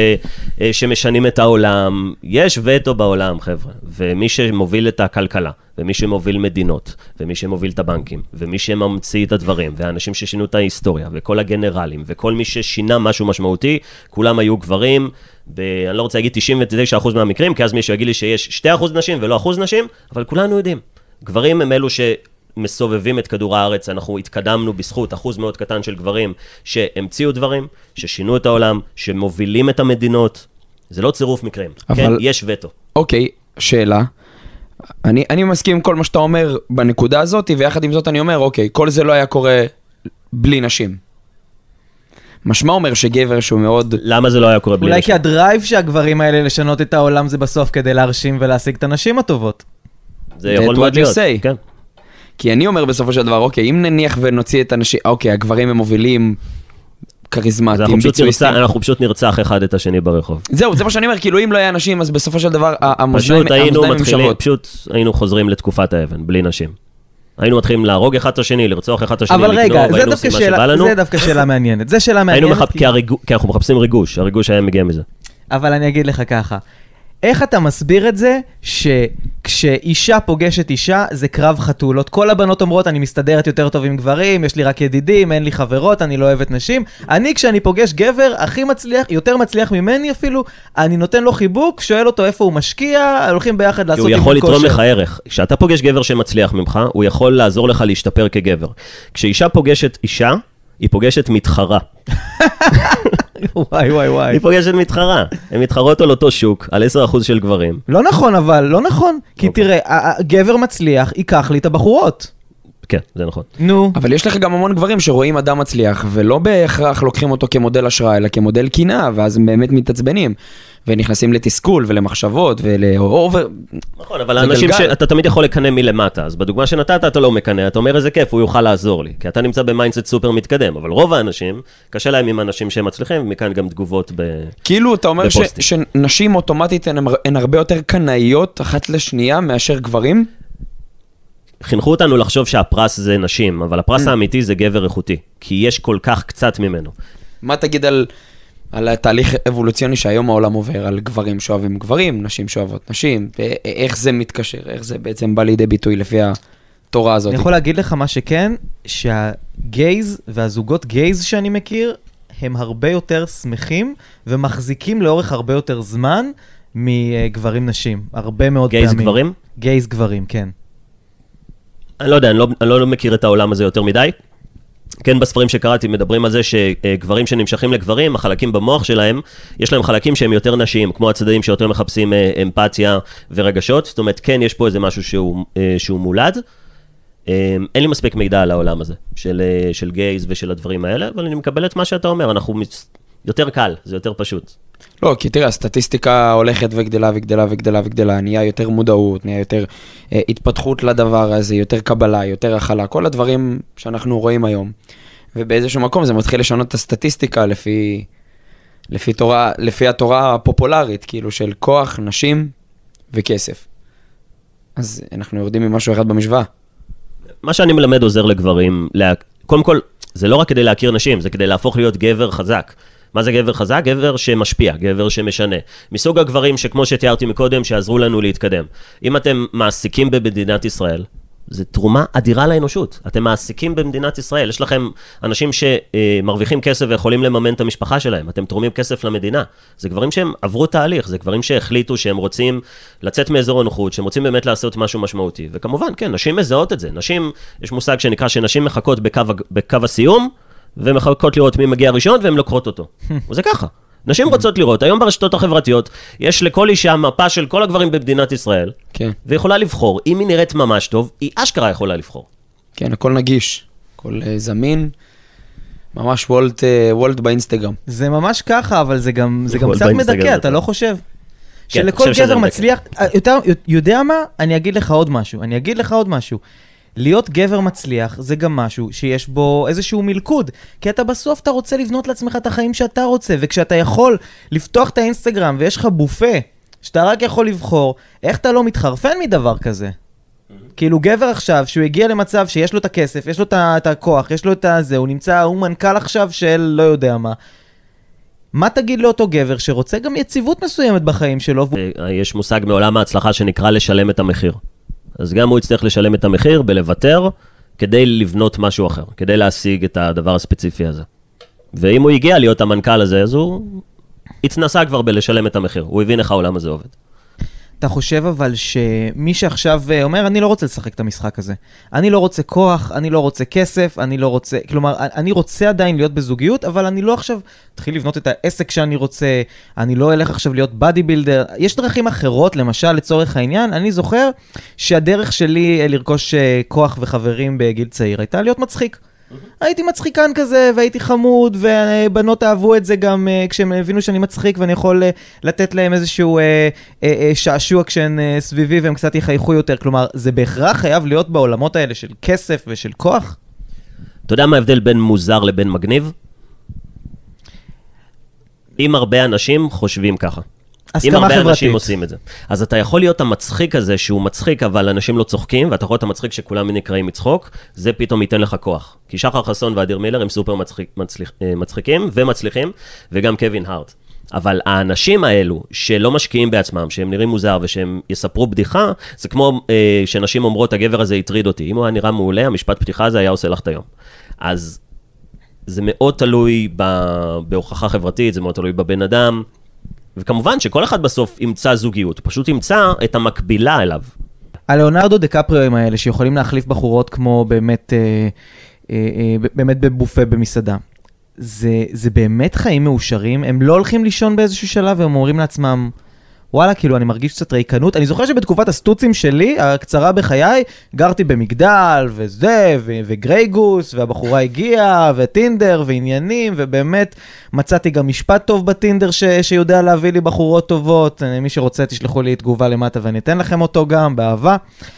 שמשנים את העולם, יש וטו בעולם, חבר'ה. ומי שמוביל את הכלכלה, ומי שמוביל מדינות, ומי שמוביל את הבנקים, ומי שממציא את הדברים, והאנשים ששינו את ההיסטוריה, וכל הגנרלים, וכל מי ששינה משהו משמעותי, כולם היו גברים, ב... אני לא רוצה להגיד תשעים ותשעה אחוז מהמקרים, כי אז מישהו יגיד לי שיש שני אחוז נשים ולא אחוז נשים, אבל כולנו יודעים. גברים הם אלו שמסובבים את כדור הארץ, אנחנו התקדמנו בזכות אחוז מאוד קטן של גברים שהמציאו דברים, ששינו את העולם, שמובילים את המדינות. זה לא צירוף מקרים, אבל... כן, יש וטו. אוקיי, שאלה. אני, אני מסכים עם כל מה שאתה אומר בנקודה הזאת, ויחד עם זאת אני אומר, אוקיי, כל זה לא היה קורה בלי נשים. משמע אומר שגבר שהוא מאוד... למה זה לא היה קורה בלי אולי נשים? כי הדרייב שהגברים האלה לשנות את העולם זה בסוף כדי להרשים ולהשיג את הנשים הטובות. זה יכול מאוד להיות, כן. כי אני אומר בסופו של דבר, אוקיי, אם נניח ונוציא את הנשים, אוקיי, הגברים הם מובילים כריזמטיים, ביצועיסטים. אנחנו פשוט נרצח אחד את השני ברחוב. זהו, זה מה שאני אומר, כאילו אם לא היה נשים, אז בסופו של דבר, המאזניים הם שוות. פשוט היינו חוזרים לתקופת האבן, בלי נשים. היינו מתחילים להרוג אחד את השני, לרצוח אחד את השני, אבל רגע, זה דווקא שאלה מעניינת. זה שאלה מעניינת. כי אנחנו מחפשים ריגוש, הריגוש היה מגיע מזה. אבל אני אגיד לך ככה, איך אתה מסביר את זה שכשאישה פוגשת אישה זה קרב חתולות? כל הבנות אומרות אני מסתדרת יותר טוב עם גברים, יש לי רק ידידים, אין לי חברות, אני לא אוהבת נשים. אני כשאני פוגש גבר הכי מצליח, יותר מצליח ממני אפילו, אני נותן לו חיבוק, שואל אותו איפה הוא משקיע, הולכים ביחד לעשות אימון כושר. הוא יכול לתרום לך ערך. כשאתה פוגש גבר שמצליח ממך, הוא יכול לעזור לך להשתפר כגבר. כשאישה פוגשת אישה, היא פוגשת מתחרה. וואי וואי וואי. היא פוגשת מתחרה. הן מתחרות על אותו שוק, על עשרה אחוז של גברים. לא נכון אבל, לא נכון. כי תראה, הגבר מצליח, ייקח לי את הבחורות. כן, זה נכון. נו. אבל יש לך גם המון גברים שרואים אדם מצליח, ולא בהכרח לוקחים אותו כמודל השראה, אלא כמודל קינה, ואז הם באמת מתעצבנים. ונכנסים לתסכול ולמחשבות ולאובר... נכון, אבל האנשים שאתה תמיד יכול לקנה מלמטה, אז בדוגמה שנתת אתה לא מקנה, אתה אומר איזה כיף, הוא יוכל לעזור לי, כי אתה נמצא במיינדסט סופר מתקדם, אבל רוב האנשים, קשה להם עם אנשים שהם מצליחים, ומכאן גם תגובות בפוסטים. כאילו, אתה אומר שנשים אוטומטית הן הרבה יותר קנאיות אחת לשנייה מאשר גברים? חינכו אותנו לחשוב שהפרס זה נשים, אבל הפרס האמיתי זה גבר איכותי, כי יש כל כך קצת ממנו. מה תגיד על... על התהליך אבולוציוני שהיום העולם עובר, על גברים שאוהבים גברים, נשים שאוהבות נשים, איך זה מתקשר, איך זה בעצם בא לידי ביטוי לפי התורה הזאת. אני יכול להגיד לך מה שכן, שהגייז והזוגות גייז שאני מכיר, הם הרבה יותר שמחים ומחזיקים לאורך הרבה יותר זמן מגברים נשים. הרבה מאוד פעמים. גייז גברים? גייז גברים, כן. אני לא יודע, אני לא, אני לא מכיר את העולם הזה יותר מדי. כן, בספרים שקראתי מדברים על זה שגברים שנמשכים לגברים, החלקים במוח שלהם, יש להם חלקים שהם יותר נשיים, כמו הצדדים שיותר מחפשים אמפתיה ורגשות. זאת אומרת, כן, יש פה איזה משהו שהוא, שהוא מולד. אין לי מספיק מידע על העולם הזה, של, של גייז ושל הדברים האלה, אבל אני מקבל את מה שאתה אומר, אנחנו יותר קל, זה יותר פשוט. לא, כי תראה, הסטטיסטיקה הולכת וגדלה וגדלה וגדלה וגדלה, נהיה יותר מודעות, נהיה יותר אה, התפתחות לדבר הזה, יותר קבלה, יותר הכלה, כל הדברים שאנחנו רואים היום. ובאיזשהו מקום זה מתחיל לשנות את הסטטיסטיקה לפי, לפי, תורה, לפי התורה הפופולרית, כאילו של כוח, נשים וכסף. אז אנחנו יורדים ממשהו אחד במשוואה. מה שאני מלמד עוזר לגברים, לה... קודם כל, זה לא רק כדי להכיר נשים, זה כדי להפוך להיות גבר חזק. מה זה גבר חזק? גבר שמשפיע, גבר שמשנה. מסוג הגברים שכמו שתיארתי מקודם, שעזרו לנו להתקדם. אם אתם מעסיקים במדינת ישראל, זה תרומה אדירה לאנושות. אתם מעסיקים במדינת ישראל. יש לכם אנשים שמרוויחים כסף ויכולים לממן את המשפחה שלהם. אתם תורמים כסף למדינה. זה גברים שהם עברו תהליך. זה גברים שהחליטו שהם רוצים לצאת מאזור הנוחות, שהם רוצים באמת לעשות משהו משמעותי. וכמובן, כן, נשים מזהות את זה. נשים, יש מושג שנקרא שנשים מחכות בקו, בקו הסיום, ומחכות לראות מי מגיע ראשון, והן לוקחות אותו. וזה ככה. נשים רוצות לראות. היום ברשתות החברתיות, יש לכל אישה מפה של כל הגברים במדינת ישראל, כן. ויכולה לבחור. אם היא נראית ממש טוב, היא אשכרה יכולה לבחור. כן, הכל נגיש. הכל uh, זמין. ממש וולט, uh, וולט באינסטגרם. זה ממש ככה, אבל זה גם, זה גם קצת מדכא, אתה לא חושב? שלכל גבר מצליח... יותר, יודע מה? אני אגיד לך עוד משהו. אני אגיד לך עוד משהו. להיות גבר מצליח זה גם משהו שיש בו איזשהו מלכוד, כי אתה בסוף אתה רוצה לבנות לעצמך את החיים שאתה רוצה, וכשאתה יכול לפתוח את האינסטגרם ויש לך בופה שאתה רק יכול לבחור, איך אתה לא מתחרפן מדבר כזה? כאילו גבר עכשיו שהוא הגיע למצב שיש לו את הכסף, יש לו את הכוח, יש לו את הזה, הוא נמצא, הוא מנכ"ל עכשיו של לא יודע מה, מה תגיד לאותו גבר שרוצה גם יציבות מסוימת בחיים שלו? יש מושג מעולם ההצלחה שנקרא לשלם את המחיר. אז גם הוא יצטרך לשלם את המחיר בלוותר, כדי לבנות משהו אחר, כדי להשיג את הדבר הספציפי הזה. ואם הוא הגיע להיות המנכ"ל הזה, אז הוא התנסה כבר בלשלם את המחיר. הוא הבין איך העולם הזה עובד. אתה חושב אבל שמי שעכשיו אומר, אני לא רוצה לשחק את המשחק הזה. אני לא רוצה כוח, אני לא רוצה כסף, אני לא רוצה, כלומר, אני רוצה עדיין להיות בזוגיות, אבל אני לא עכשיו תתחיל לבנות את העסק שאני רוצה, אני לא אלך עכשיו להיות בדי בילדר. יש דרכים אחרות, למשל, לצורך העניין, אני זוכר שהדרך שלי לרכוש כוח וחברים בגיל צעיר הייתה להיות מצחיק. הייתי מצחיקן כזה, והייתי חמוד, ובנות אהבו את זה גם כשהם הבינו שאני מצחיק, ואני יכול לתת להם איזשהו שעשוע כשהן סביבי, והם קצת יחייכו יותר. כלומר, זה בהכרח חייב להיות בעולמות האלה של כסף ושל כוח? אתה יודע מה ההבדל בין מוזר לבין מגניב? אם הרבה אנשים חושבים ככה. אם הרבה חברתית. אנשים עושים את זה. אז אתה יכול להיות המצחיק הזה, שהוא מצחיק, אבל אנשים לא צוחקים, ואתה יכול להיות המצחיק שכולם נקראים מצחוק, זה פתאום ייתן לך כוח. כי שחר חסון ואדיר מילר הם סופר מצחיק, מצליח, מצחיקים ומצליחים, וגם קווין הארט. אבל האנשים האלו, שלא משקיעים בעצמם, שהם נראים מוזר ושהם יספרו בדיחה, זה כמו אה, שנשים אומרות, הגבר הזה יטריד אותי. אם הוא היה נראה מעולה, המשפט פתיחה הזה היה עושה לך את היום. אז זה מאוד תלוי בהוכחה חברתית, זה מאוד תלוי בבן אדם, וכמובן שכל אחד בסוף ימצא זוגיות, פשוט ימצא את המקבילה אליו. הלאונרדו דקפריואים האלה שיכולים להחליף בחורות כמו באמת, אה, אה, אה, באמת בבופה במסעדה. זה, זה באמת חיים מאושרים, הם לא הולכים לישון באיזשהו שלב, והם אומרים לעצמם, וואלה, כאילו, אני מרגיש קצת ריקנות. אני זוכר שבתקופת הסטוצים שלי, הקצרה בחיי, גרתי במגדל, וזה, ו- וגרייגוס, והבחורה הגיעה, וטינדר, ועניינים, ובאמת מצאתי גם משפט טוב בטינדר ש- שיודע להביא לי בחורות טובות. מי שרוצה, תשלחו לי תגובה למטה, ואני אתן לכם אותו גם, באהבה.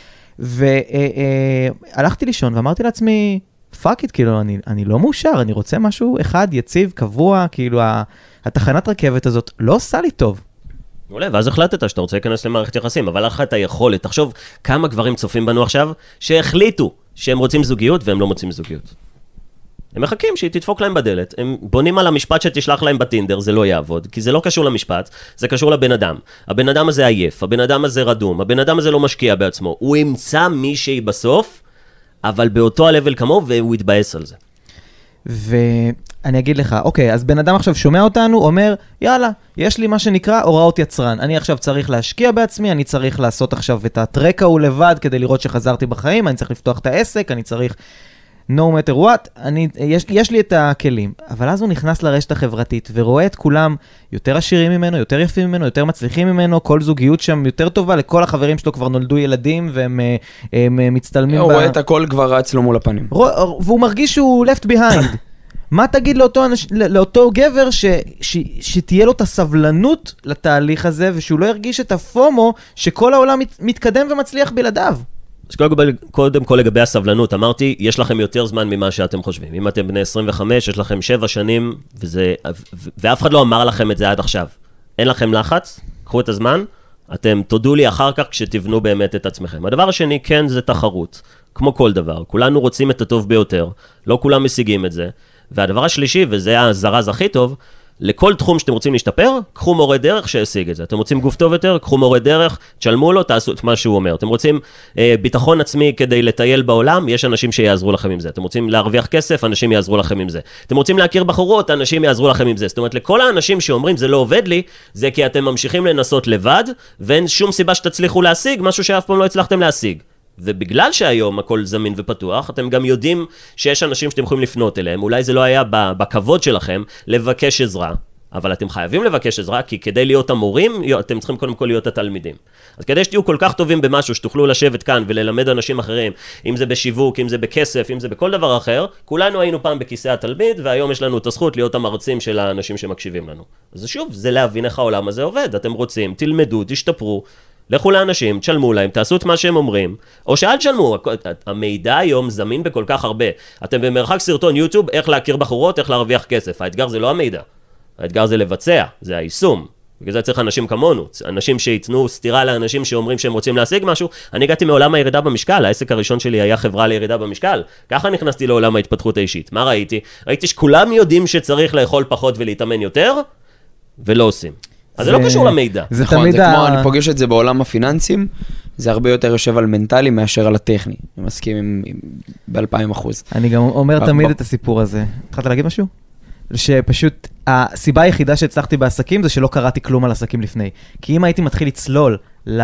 והלכתי לישון, ואמרתי לעצמי, פאק איט, כאילו, אני, אני לא מאושר, אני רוצה משהו אחד, יציב, קבוע, כאילו, התחנת רכבת הזאת לא עושה לי טוב. מעולה, ואז החלטת שאתה רוצה להיכנס למערכת יחסים, אבל לך את היכולת, תחשוב כמה גברים צופים בנו עכשיו, שהחליטו שהם רוצים זוגיות והם לא מוצאים זוגיות. הם מחכים שהיא תדפוק להם בדלת, הם בונים על המשפט שתשלח להם בטינדר, זה לא יעבוד, כי זה לא קשור למשפט, זה קשור לבן אדם. הבן אדם הזה עייף, הבן אדם הזה רדום, הבן אדם הזה לא משקיע בעצמו, הוא ימצא מישהי בסוף, אבל באותו הלבל כמוהו, והוא יתבאס על זה. ואני אגיד לך, אוקיי, אז בן אדם עכשיו שומע אותנו, אומר, יאללה, יש לי מה שנקרא הוראות יצרן. אני עכשיו צריך להשקיע בעצמי, אני צריך לעשות עכשיו את הטרק ההוא לבד, כדי לראות שחזרתי בחיים, אני צריך לפתוח את העסק, אני צריך no matter what, אני, יש, יש לי את הכלים. אבל אז הוא נכנס לרשת החברתית, ורואה את כולם יותר עשירים ממנו, יותר יפים ממנו, יותר מצליחים ממנו, כל זוגיות שם יותר טובה, לכל החברים שלו כבר נולדו ילדים, והם הם, הם מצטלמים. הוא ב... רואה את הכל כבר רץ לו מול הפנים. והוא מרגיש שהוא left behind. מה תגיד לאותו, אנש... לאותו גבר ש... ש... שתהיה לו את הסבלנות לתהליך הזה, ושהוא לא ירגיש את הפומו שכל העולם מת... מתקדם ומצליח בלעדיו? אז קודם כל לגבי הסבלנות, אמרתי, יש לכם יותר זמן ממה שאתם חושבים. אם אתם בני עשרים וחמש, יש לכם שבע שנים, וזה... ואף אחד לא אמר לכם את זה עד עכשיו. אין לכם לחץ, קחו את הזמן, אתם תודו לי אחר כך כשתבנו באמת את עצמכם. הדבר השני, כן, זה תחרות. כמו כל דבר, כולנו רוצים את הטוב ביותר, לא כולם משיגים את זה. והדבר השלישי, וזה הזרז הכי טוב, לכל תחום שאתם רוצים להשתפר, קחו מורה דרך שישיג את זה. אתם רוצים גוף טוב יותר, קחו מורה דרך, תשלמו לו, תעשו את מה שהוא אומר. אתם רוצים אה, ביטחון עצמי כדי לטייל בעולם, יש אנשים שיעזרו לכם עם זה. אתם רוצים להרוויח כסף, אנשים יעזרו לכם עם זה. אתם רוצים להכיר בחורות, אנשים יעזרו לכם עם זה. זאת אומרת, לכל האנשים שאומרים, זה לא עובד לי, זה כי אתם ממשיכים לנסות לבד, ואין שום סיבה שתצליחו להשיג, משהו שאף פעם לא הצלחתם להשיג. ובגלל שהיום הכל זמין ופתוח, אתם גם יודעים שיש אנשים שאתם יכולים לפנות אליהם, אולי זה לא היה בכבוד שלכם לבקש עזרה, אבל אתם חייבים לבקש עזרה, כי כדי להיות המורים, אתם צריכים קודם כל להיות התלמידים. אז כדי שתהיו כל כך טובים במשהו, שתוכלו לשבת כאן וללמד אנשים אחרים, אם זה בשיווק, אם זה בכסף, אם זה בכל דבר אחר, כולנו היינו פעם בכיסא התלמיד, והיום יש לנו את הזכות להיות המרצים של האנשים שמקשיבים לנו. אז שוב, זה להבין איך העולם הזה עובד. אתם רוצים, תלמדו, תשתפרו, לכו לאנשים, תשלמו להם, תעשו את מה שהם אומרים, או שאל תשלמו, המידע היום זמין בכל כך הרבה. אתם במרחק סרטון יוטיוב, איך להכיר בחורות, איך להרוויח כסף. האתגר זה לא המידע, האתגר זה לבצע, זה היישום. בגלל זה צריך אנשים כמונו, אנשים שיתנו סתירה לאנשים שאומרים שהם רוצים להשיג משהו. אני הגעתי מעולם הירידה במשקל, העסק הראשון שלי היה חברה לירידה במשקל. ככה נכנסתי לעולם ההתפתחות האישית. מה ראיתי? ראיתי שכולם יודעים שצריך לאכול פחות ולהתאמן יותר, ולא עושים. אז זה לא קשור למידע. זה תמיד זה כמו, אני פוגש את זה בעולם הפיננסים, זה הרבה יותר יושב על מנטלי מאשר על הטכני. אני מסכים ב-אלפיים אחוז. אני גם אומר תמיד את הסיפור הזה. התחלת להגיד משהו? שפשוט הסיבה היחידה שהצלחתי בעסקים זה שלא קראתי כלום על עסקים לפני. כי אם הייתי מתחיל לצלול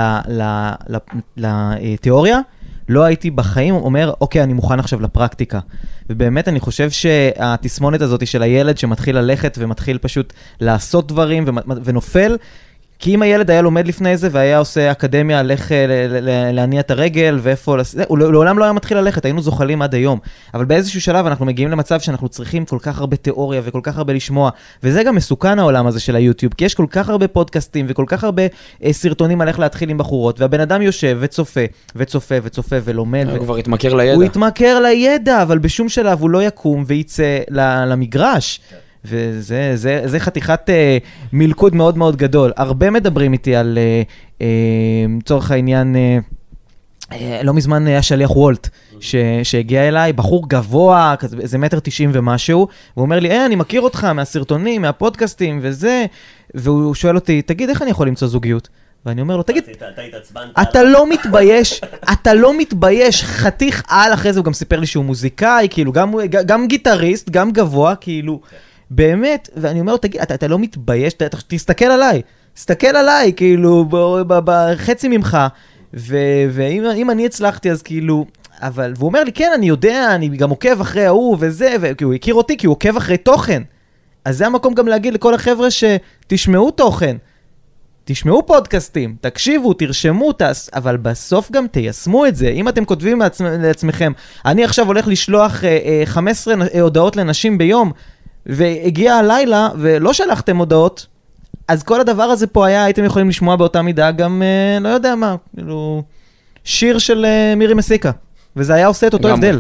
לתיאוריה, לא הייתי בחיים אומר, אוקיי, אני מוכן עכשיו לפרקטיקה. ובאמת אני חושב שהתסמונת הזאת של הילד שמתחיל ללכת ומתחיל פשוט לעשות דברים ונופל, כי אם הילד היה לומד לפני זה והיה עושה אקדמיה, הלך להניע את הרגל ואיפה, הוא לעולם לא היה מתחיל ללכת, היינו זוחלים עד היום. אבל באיזשהו שלב אנחנו מגיעים למצב שאנחנו צריכים כל כך הרבה תיאוריה וכל כך הרבה לשמוע, וזה גם מסוכן העולם הזה של היוטיוב, כי יש כל כך הרבה פודקאסטים וכל כך הרבה סרטונים על איך להתחיל עם בחורות, והבן אדם יושב וצופה וצופה וצופה ולומד. הוא כבר התמכר לידע. הוא התמכר לידע, אבל בשום שלב הוא לא יקום וייצא למגרש. וזה זה, זה חתיכת אה, מלכוד מאוד מאוד גדול. הרבה מדברים איתי על אה, אה, צורך העניין, אה, אה, לא מזמן היה שליח וולט, ש, שהגיע אליי, בחור גבוה, כזה, איזה מטר תשעים ומשהו, והוא אומר לי, אה, אני מכיר אותך מהסרטונים, מהפודקאסטים וזה, והוא שואל אותי, תגיד, איך אני יכול למצוא זוגיות? ואני אומר לו, תגיד, אתה לא מתבייש, אתה לא מתבייש, חתיך על, אחרי זה הוא גם סיפר לי שהוא מוזיקאי, כאילו, גם, גם גיטריסט, גם גבוה, כאילו, באמת, ואני אומר לו, תגיד, אתה, אתה לא מתבייש, ת, תסתכל עליי, תסתכל עליי, כאילו, בחצי ממך, ואם אם אני הצלחתי, אז כאילו, אבל, והוא אומר לי, כן, אני יודע, אני גם עוקב אחרי ההוא וזה, כי הוא הכיר אותי, כי הוא עוקב אחרי תוכן. אז זה המקום גם להגיד לכל החבר'ה שתשמעו תוכן, תשמעו פודקאסטים, תקשיבו, תרשמו, תס, אבל בסוף גם תיישמו את זה. אם אתם כותבים לעצמ, לעצמכם, אני עכשיו הולך לשלוח אה, אה, חמש עשרה הודעות לנשים ביום, והגיע הלילה ולא שלחתם הודעות, אז כל הדבר הזה פה היה, הייתם יכולים לשמוע באותה מידה גם, אה, לא יודע מה, כאילו, שיר של אה, מירי מסיקה, וזה היה עושה את אותו הבדל.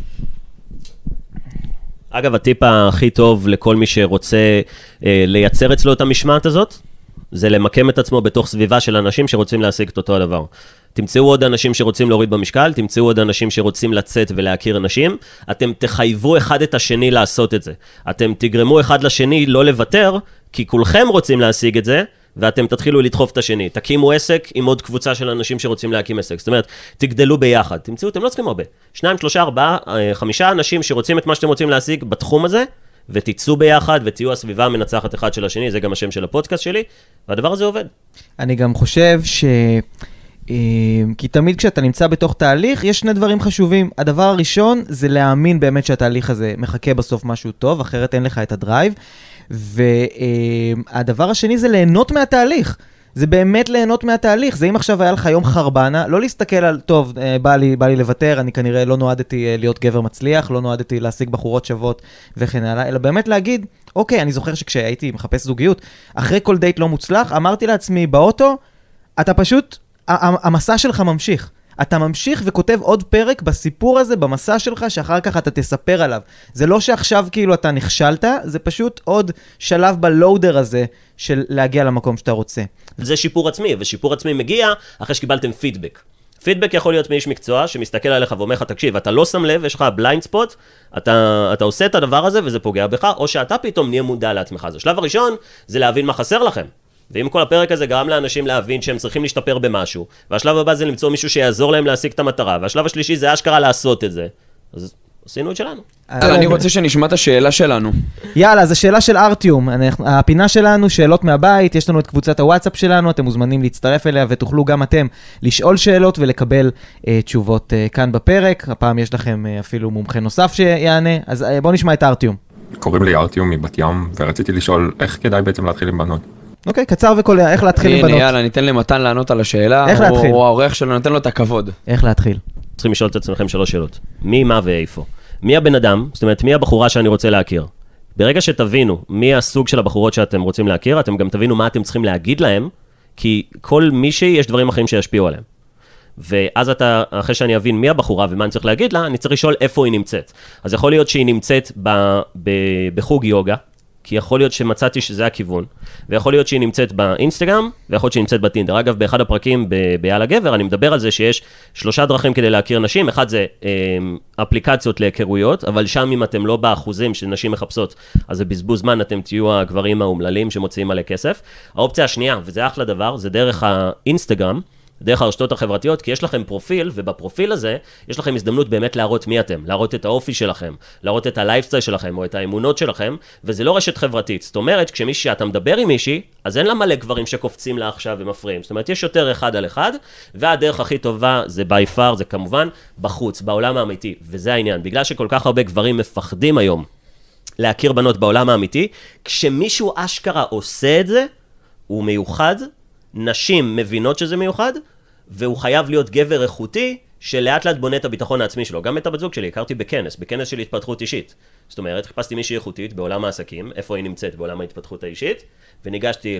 אגב, הטיפ הכי טוב לכל מי שרוצה אה, לייצר אצלו את המשמעת הזאת, זה למקם את עצמו בתוך סביבה של אנשים שרוצים להשיג את אותו הדבר. תמצאו עוד אנשים שרוצים להוריד במשקל, תמצאו עוד אנשים שרוצים לצאת ולהכיר אנשים, אתם תחייבו אחד את השני לעשות את זה. אתם תגרמו אחד לשני לא לוותר, כי כולכם רוצים להשיג את זה, ואתם תתחילו לדחוף את השני. תקימו עסק עם עוד קבוצה של אנשים שרוצים להקים עסק. זאת אומרת, תגדלו ביחד. תמצאו, אתם לא צריכים הרבה. שניים, שלושה, ארבעה, חמישה אנשים שרוצים את מה שאתם רוצים להשיג בתחום הזה, ותיצאו ביחד, ותהיו הסביבה המנצחת אחד של השני, זה גם השם של הפודקאסט שלי, והדבר הזה עובד. אני גם חושב ש... כי תמיד כשאתה נמצא בתוך תהליך, יש שני דברים חשובים. הדבר הראשון זה להאמין באמת שהתהליך הזה מחכה בסוף משהו טוב, אחרת אין לך את הדרייב. והדבר השני זה ליהנות מהתהליך. זה באמת ליהנות מהתהליך. זה אם עכשיו היה לך יום חרבנה, לא להסתכל על, טוב, בא לי, בא לי לוותר, אני כנראה לא נועדתי להיות גבר מצליח, לא נועדתי להשיג בחורות שוות וכן הלאה, אלא באמת להגיד, אוקיי, אני זוכר שכשהייתי מחפש זוגיות, אחרי כל דייט לא מוצלח, אמרתי לעצמי באוטו, אתה פשוט, המסע שלך ממשיך. אתה ממשיך וכותב עוד פרק בסיפור הזה, במסע שלך, שאחר כך אתה תספר עליו. זה לא שעכשיו כאילו אתה נכשלת, זה פשוט עוד שלב בלואודר הזה, של להגיע למקום שאתה רוצה. זה שיפור עצמי, ושיפור עצמי מגיע אחרי שקיבלתם פידבק. פידבק יכול להיות מאיש מקצוע שמסתכל עליך ואומר לך, תקשיב, אתה לא שם לב, יש לך בליינד ספוט, אתה, אתה עושה את הדבר הזה וזה פוגע בך, או שאתה פתאום נהיה מודע לעצמך. אז השלב הראשון זה להבין מה חסר לכם. ואם כל הפרק הזה גרם לאנשים להבין שהם צריכים להשתפר במשהו, והשלב הבא זה למצוא מישהו שיעזור להם להשיג את המטרה, והשלב השלישי זה אשכרה לעשות את זה. אז עשינו את שלנו. אני רוצה שנשמע את השאלה שלנו. יאללה, זו שאלה של ארטיום. הפינה שלנו, שאלות מהבית, יש לנו את קבוצת הוואטסאפ שלנו, אתם מוזמנים להצטרף אליה ותוכלו גם אתם לשאול שאלות ולקבל אה, תשובות אה, כאן בפרק. הפעם יש לכם אה, אפילו מומחה נוסף שיענה, אז אה, בואו נשמע את ארטיום. קוראים לי ארטיום מבת ים, ורציתי לשאול איך כדאי בעצם להתחיל עם בנות. אוקיי, קצר וקולע, איך להתחיל עם בנות? הנה, יאללה, ניתן למתן לענות על השאלה. איך להתחיל? הוא העורך שלו, נותן לו את הכבוד. איך להתחיל? צריכים לשאול את עצמכם שלוש שאלות. מי, מה ואיפה? מי הבן אדם? זאת אומרת, מי הבחורה שאני רוצה להכיר? ברגע שתבינו מי הסוג של הבחורות שאתם רוצים להכיר, אתם גם תבינו מה אתם צריכים להגיד להם, כי כל מישהי יש דברים אחרים שישפיעו עליהם. ואז אתה, אחרי שאני אבין מי הבחורה ומה אני צריך להגיד לה, אני צריך לשאול איפה היא נמצאת. אז יכול להיות שהיא נמצאת ב, ב, בחוג יוגה, כי יכול להיות שמצאתי שזה הכיוון, ויכול להיות שהיא נמצאת באינסטגרם, ויכול להיות שהיא נמצאת בטינדר. אגב, באחד הפרקים ביאללה גבר, אני מדבר על זה שיש שלושה דרכים כדי להכיר נשים. אחד זה אה, אפליקציות להיכרויות, אבל שם אם אתם לא באחוזים שנשים מחפשות, אז זה בזבוז זמן, אתם תהיו הגברים האומללים שמוציאים מלא כסף. האופציה השנייה, וזה אחלה דבר, זה דרך האינסטגרם, דרך הרשתות החברתיות, כי יש לכם פרופיל, ובפרופיל הזה יש לכם הזדמנות באמת להראות מי אתם, להראות את האופי שלכם, להראות את הלייפסטייל שלכם, או את האמונות שלכם, וזה לא רשת חברתית. זאת אומרת, כשמישהי שאתה מדבר עם מישהי, אז אין לה מלא גברים שקופצים לה עכשיו ומפריעים. זאת אומרת, יש יותר אחד על אחד, והדרך הכי טובה זה by far, זה כמובן בחוץ, בעולם האמיתי, וזה העניין. בגלל שכל כך הרבה גברים מפחדים היום להכיר בנות בעולם האמיתי, כשמישהו אשכרה עושה את זה, הוא מיוחד, נשים מבינות שזה מיוחד, והוא חייב להיות גבר איכותי, שלאט לאט בונה את הביטחון העצמי שלו. גם את הבת זוג שלי, הכרתי בכנס, בכנס של התפתחות אישית. זאת אומרת, חיפשתי מישהי איכותית בעולם העסקים, איפה היא נמצאת בעולם ההתפתחות האישית, וניגשתי אליה.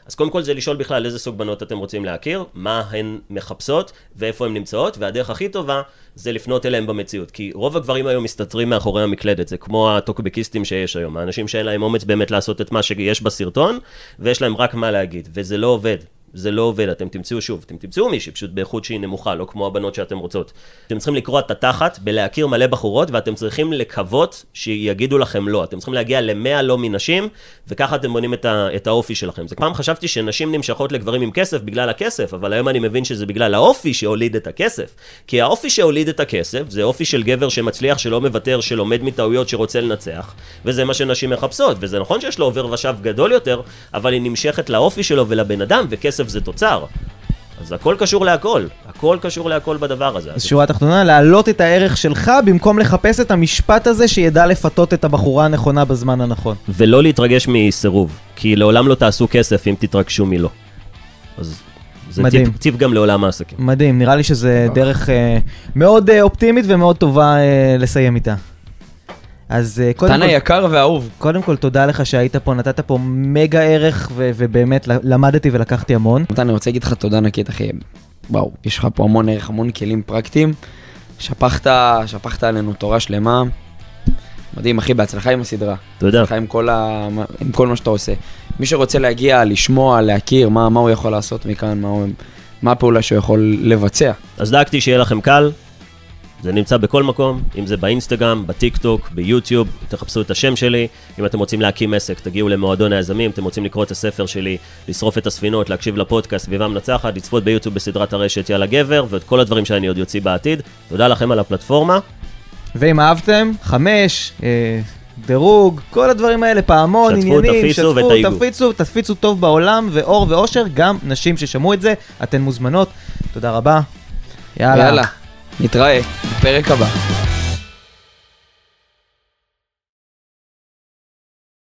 אז קודם כל זה לשאול בכלל איזה סוג בנות אתם רוצים להכיר, מה הן מחפשות ואיפה הן נמצאות, והדרך הכי טובה זה לפנות אליהם במציאות, כי רוב הגברים היום מסתתרים מאחורי המקלדת, זה כמו הטוקבקיסטים שיש היום, האנשים שאין להם אומץ באמת לעשות את מה שיש בסרטון, ויש להם רק מה להגיד, וזה לא עובד. זה לא עובד, אתם תמצאו שוב, אתם תמצאו מישהי פשוט באיכות שהיא נמוכה, לא כמו הבנות שאתם רוצות. אתם צריכים לקרוא את התחת בלהכיר מלא בחורות, ואתם צריכים לקוות שיגידו לכם לא. אתם צריכים להגיע למאה לא מנשים, וככה אתם בונים את, ה- את האופי שלכם. זה פעם חשבתי שנשים נמשכות לגברים עם כסף בגלל הכסף, אבל היום אני מבין שזה בגלל האופי שהוליד את הכסף. כי האופי שהוליד את הכסף, זה אופי של גבר שמצליח, שלא מוותר, שלומד מטעויות, שרוצה לנצח, וזה מה שנשים מחפשות. וזה נכון שיש לו עובר ושב גדול יותר, אבל היא נמשכת לאופי שלו ולבן אדם, וכסף זה תוצר. אז הכל קשור להכל. הכל קשור להכל בדבר הזה. אז שורה תחתונה, להעלות את הערך שלך במקום לחפש את המשפט הזה שידע לפתות את הבחורה הנכונה בזמן הנכון. ולא להתרגש מסירוב, כי לעולם לא תעשו כסף אם תתרגשו מלא. אז זה טיפ, טיפ גם לעולם העסקים. מדהים, נראה לי שזה דרך אה, מאוד אה, אופטימית ומאוד טובה אה, לסיים איתה. אז קודם כל... תן היקר ואהוב. קודם כל, תודה לך שהיית פה, נתת פה מגה ערך, ו- ובאמת למדתי ולקחתי המון. מתן, אני רוצה להגיד לך תודה ענקית, אחי. וואו, יש לך פה המון ערך, המון כלים פרקטיים. שפכת, שפכת עלינו תורה שלמה. מדהים, אחי, בהצלחה עם הסדרה. תודה. בהצלחה עם כל, ה... עם כל מה שאתה עושה. מי שרוצה להגיע, לשמוע, להכיר, מה, מה הוא יכול לעשות מכאן, מה, הוא... מה הפעולה שהוא יכול לבצע. אז דאגתי שיהיה לכם קל. זה נמצא בכל מקום, אם זה באינסטגרם, בטיק טוק, ביוטיוב, תחפשו את השם שלי, אם אתם רוצים להקים עסק, תגיעו למועדון היזמים, אתם רוצים לקרוא את הספר שלי, לשרוף את הספינות, להקשיב לפודקאסט, סביבה מנצחת, לצפות ביוטיוב בסדרת הרשת יאללה גבר, ואת כל הדברים שאני עוד יוציא בעתיד. תודה לכם על הפלטפורמה. ואם אהבתם, חמש, אה, דירוג, כל הדברים האלה, פעמון, שתפו, עניינים, תפיצו שתפו, ותייגו. תפיצו, תפיצו טוב בעולם, ואור ואושר, גם נשים ששמעו את זה, אתן מוזמנות. תודה רבה. יאללה. יאללה. נתראה בפרק הבא.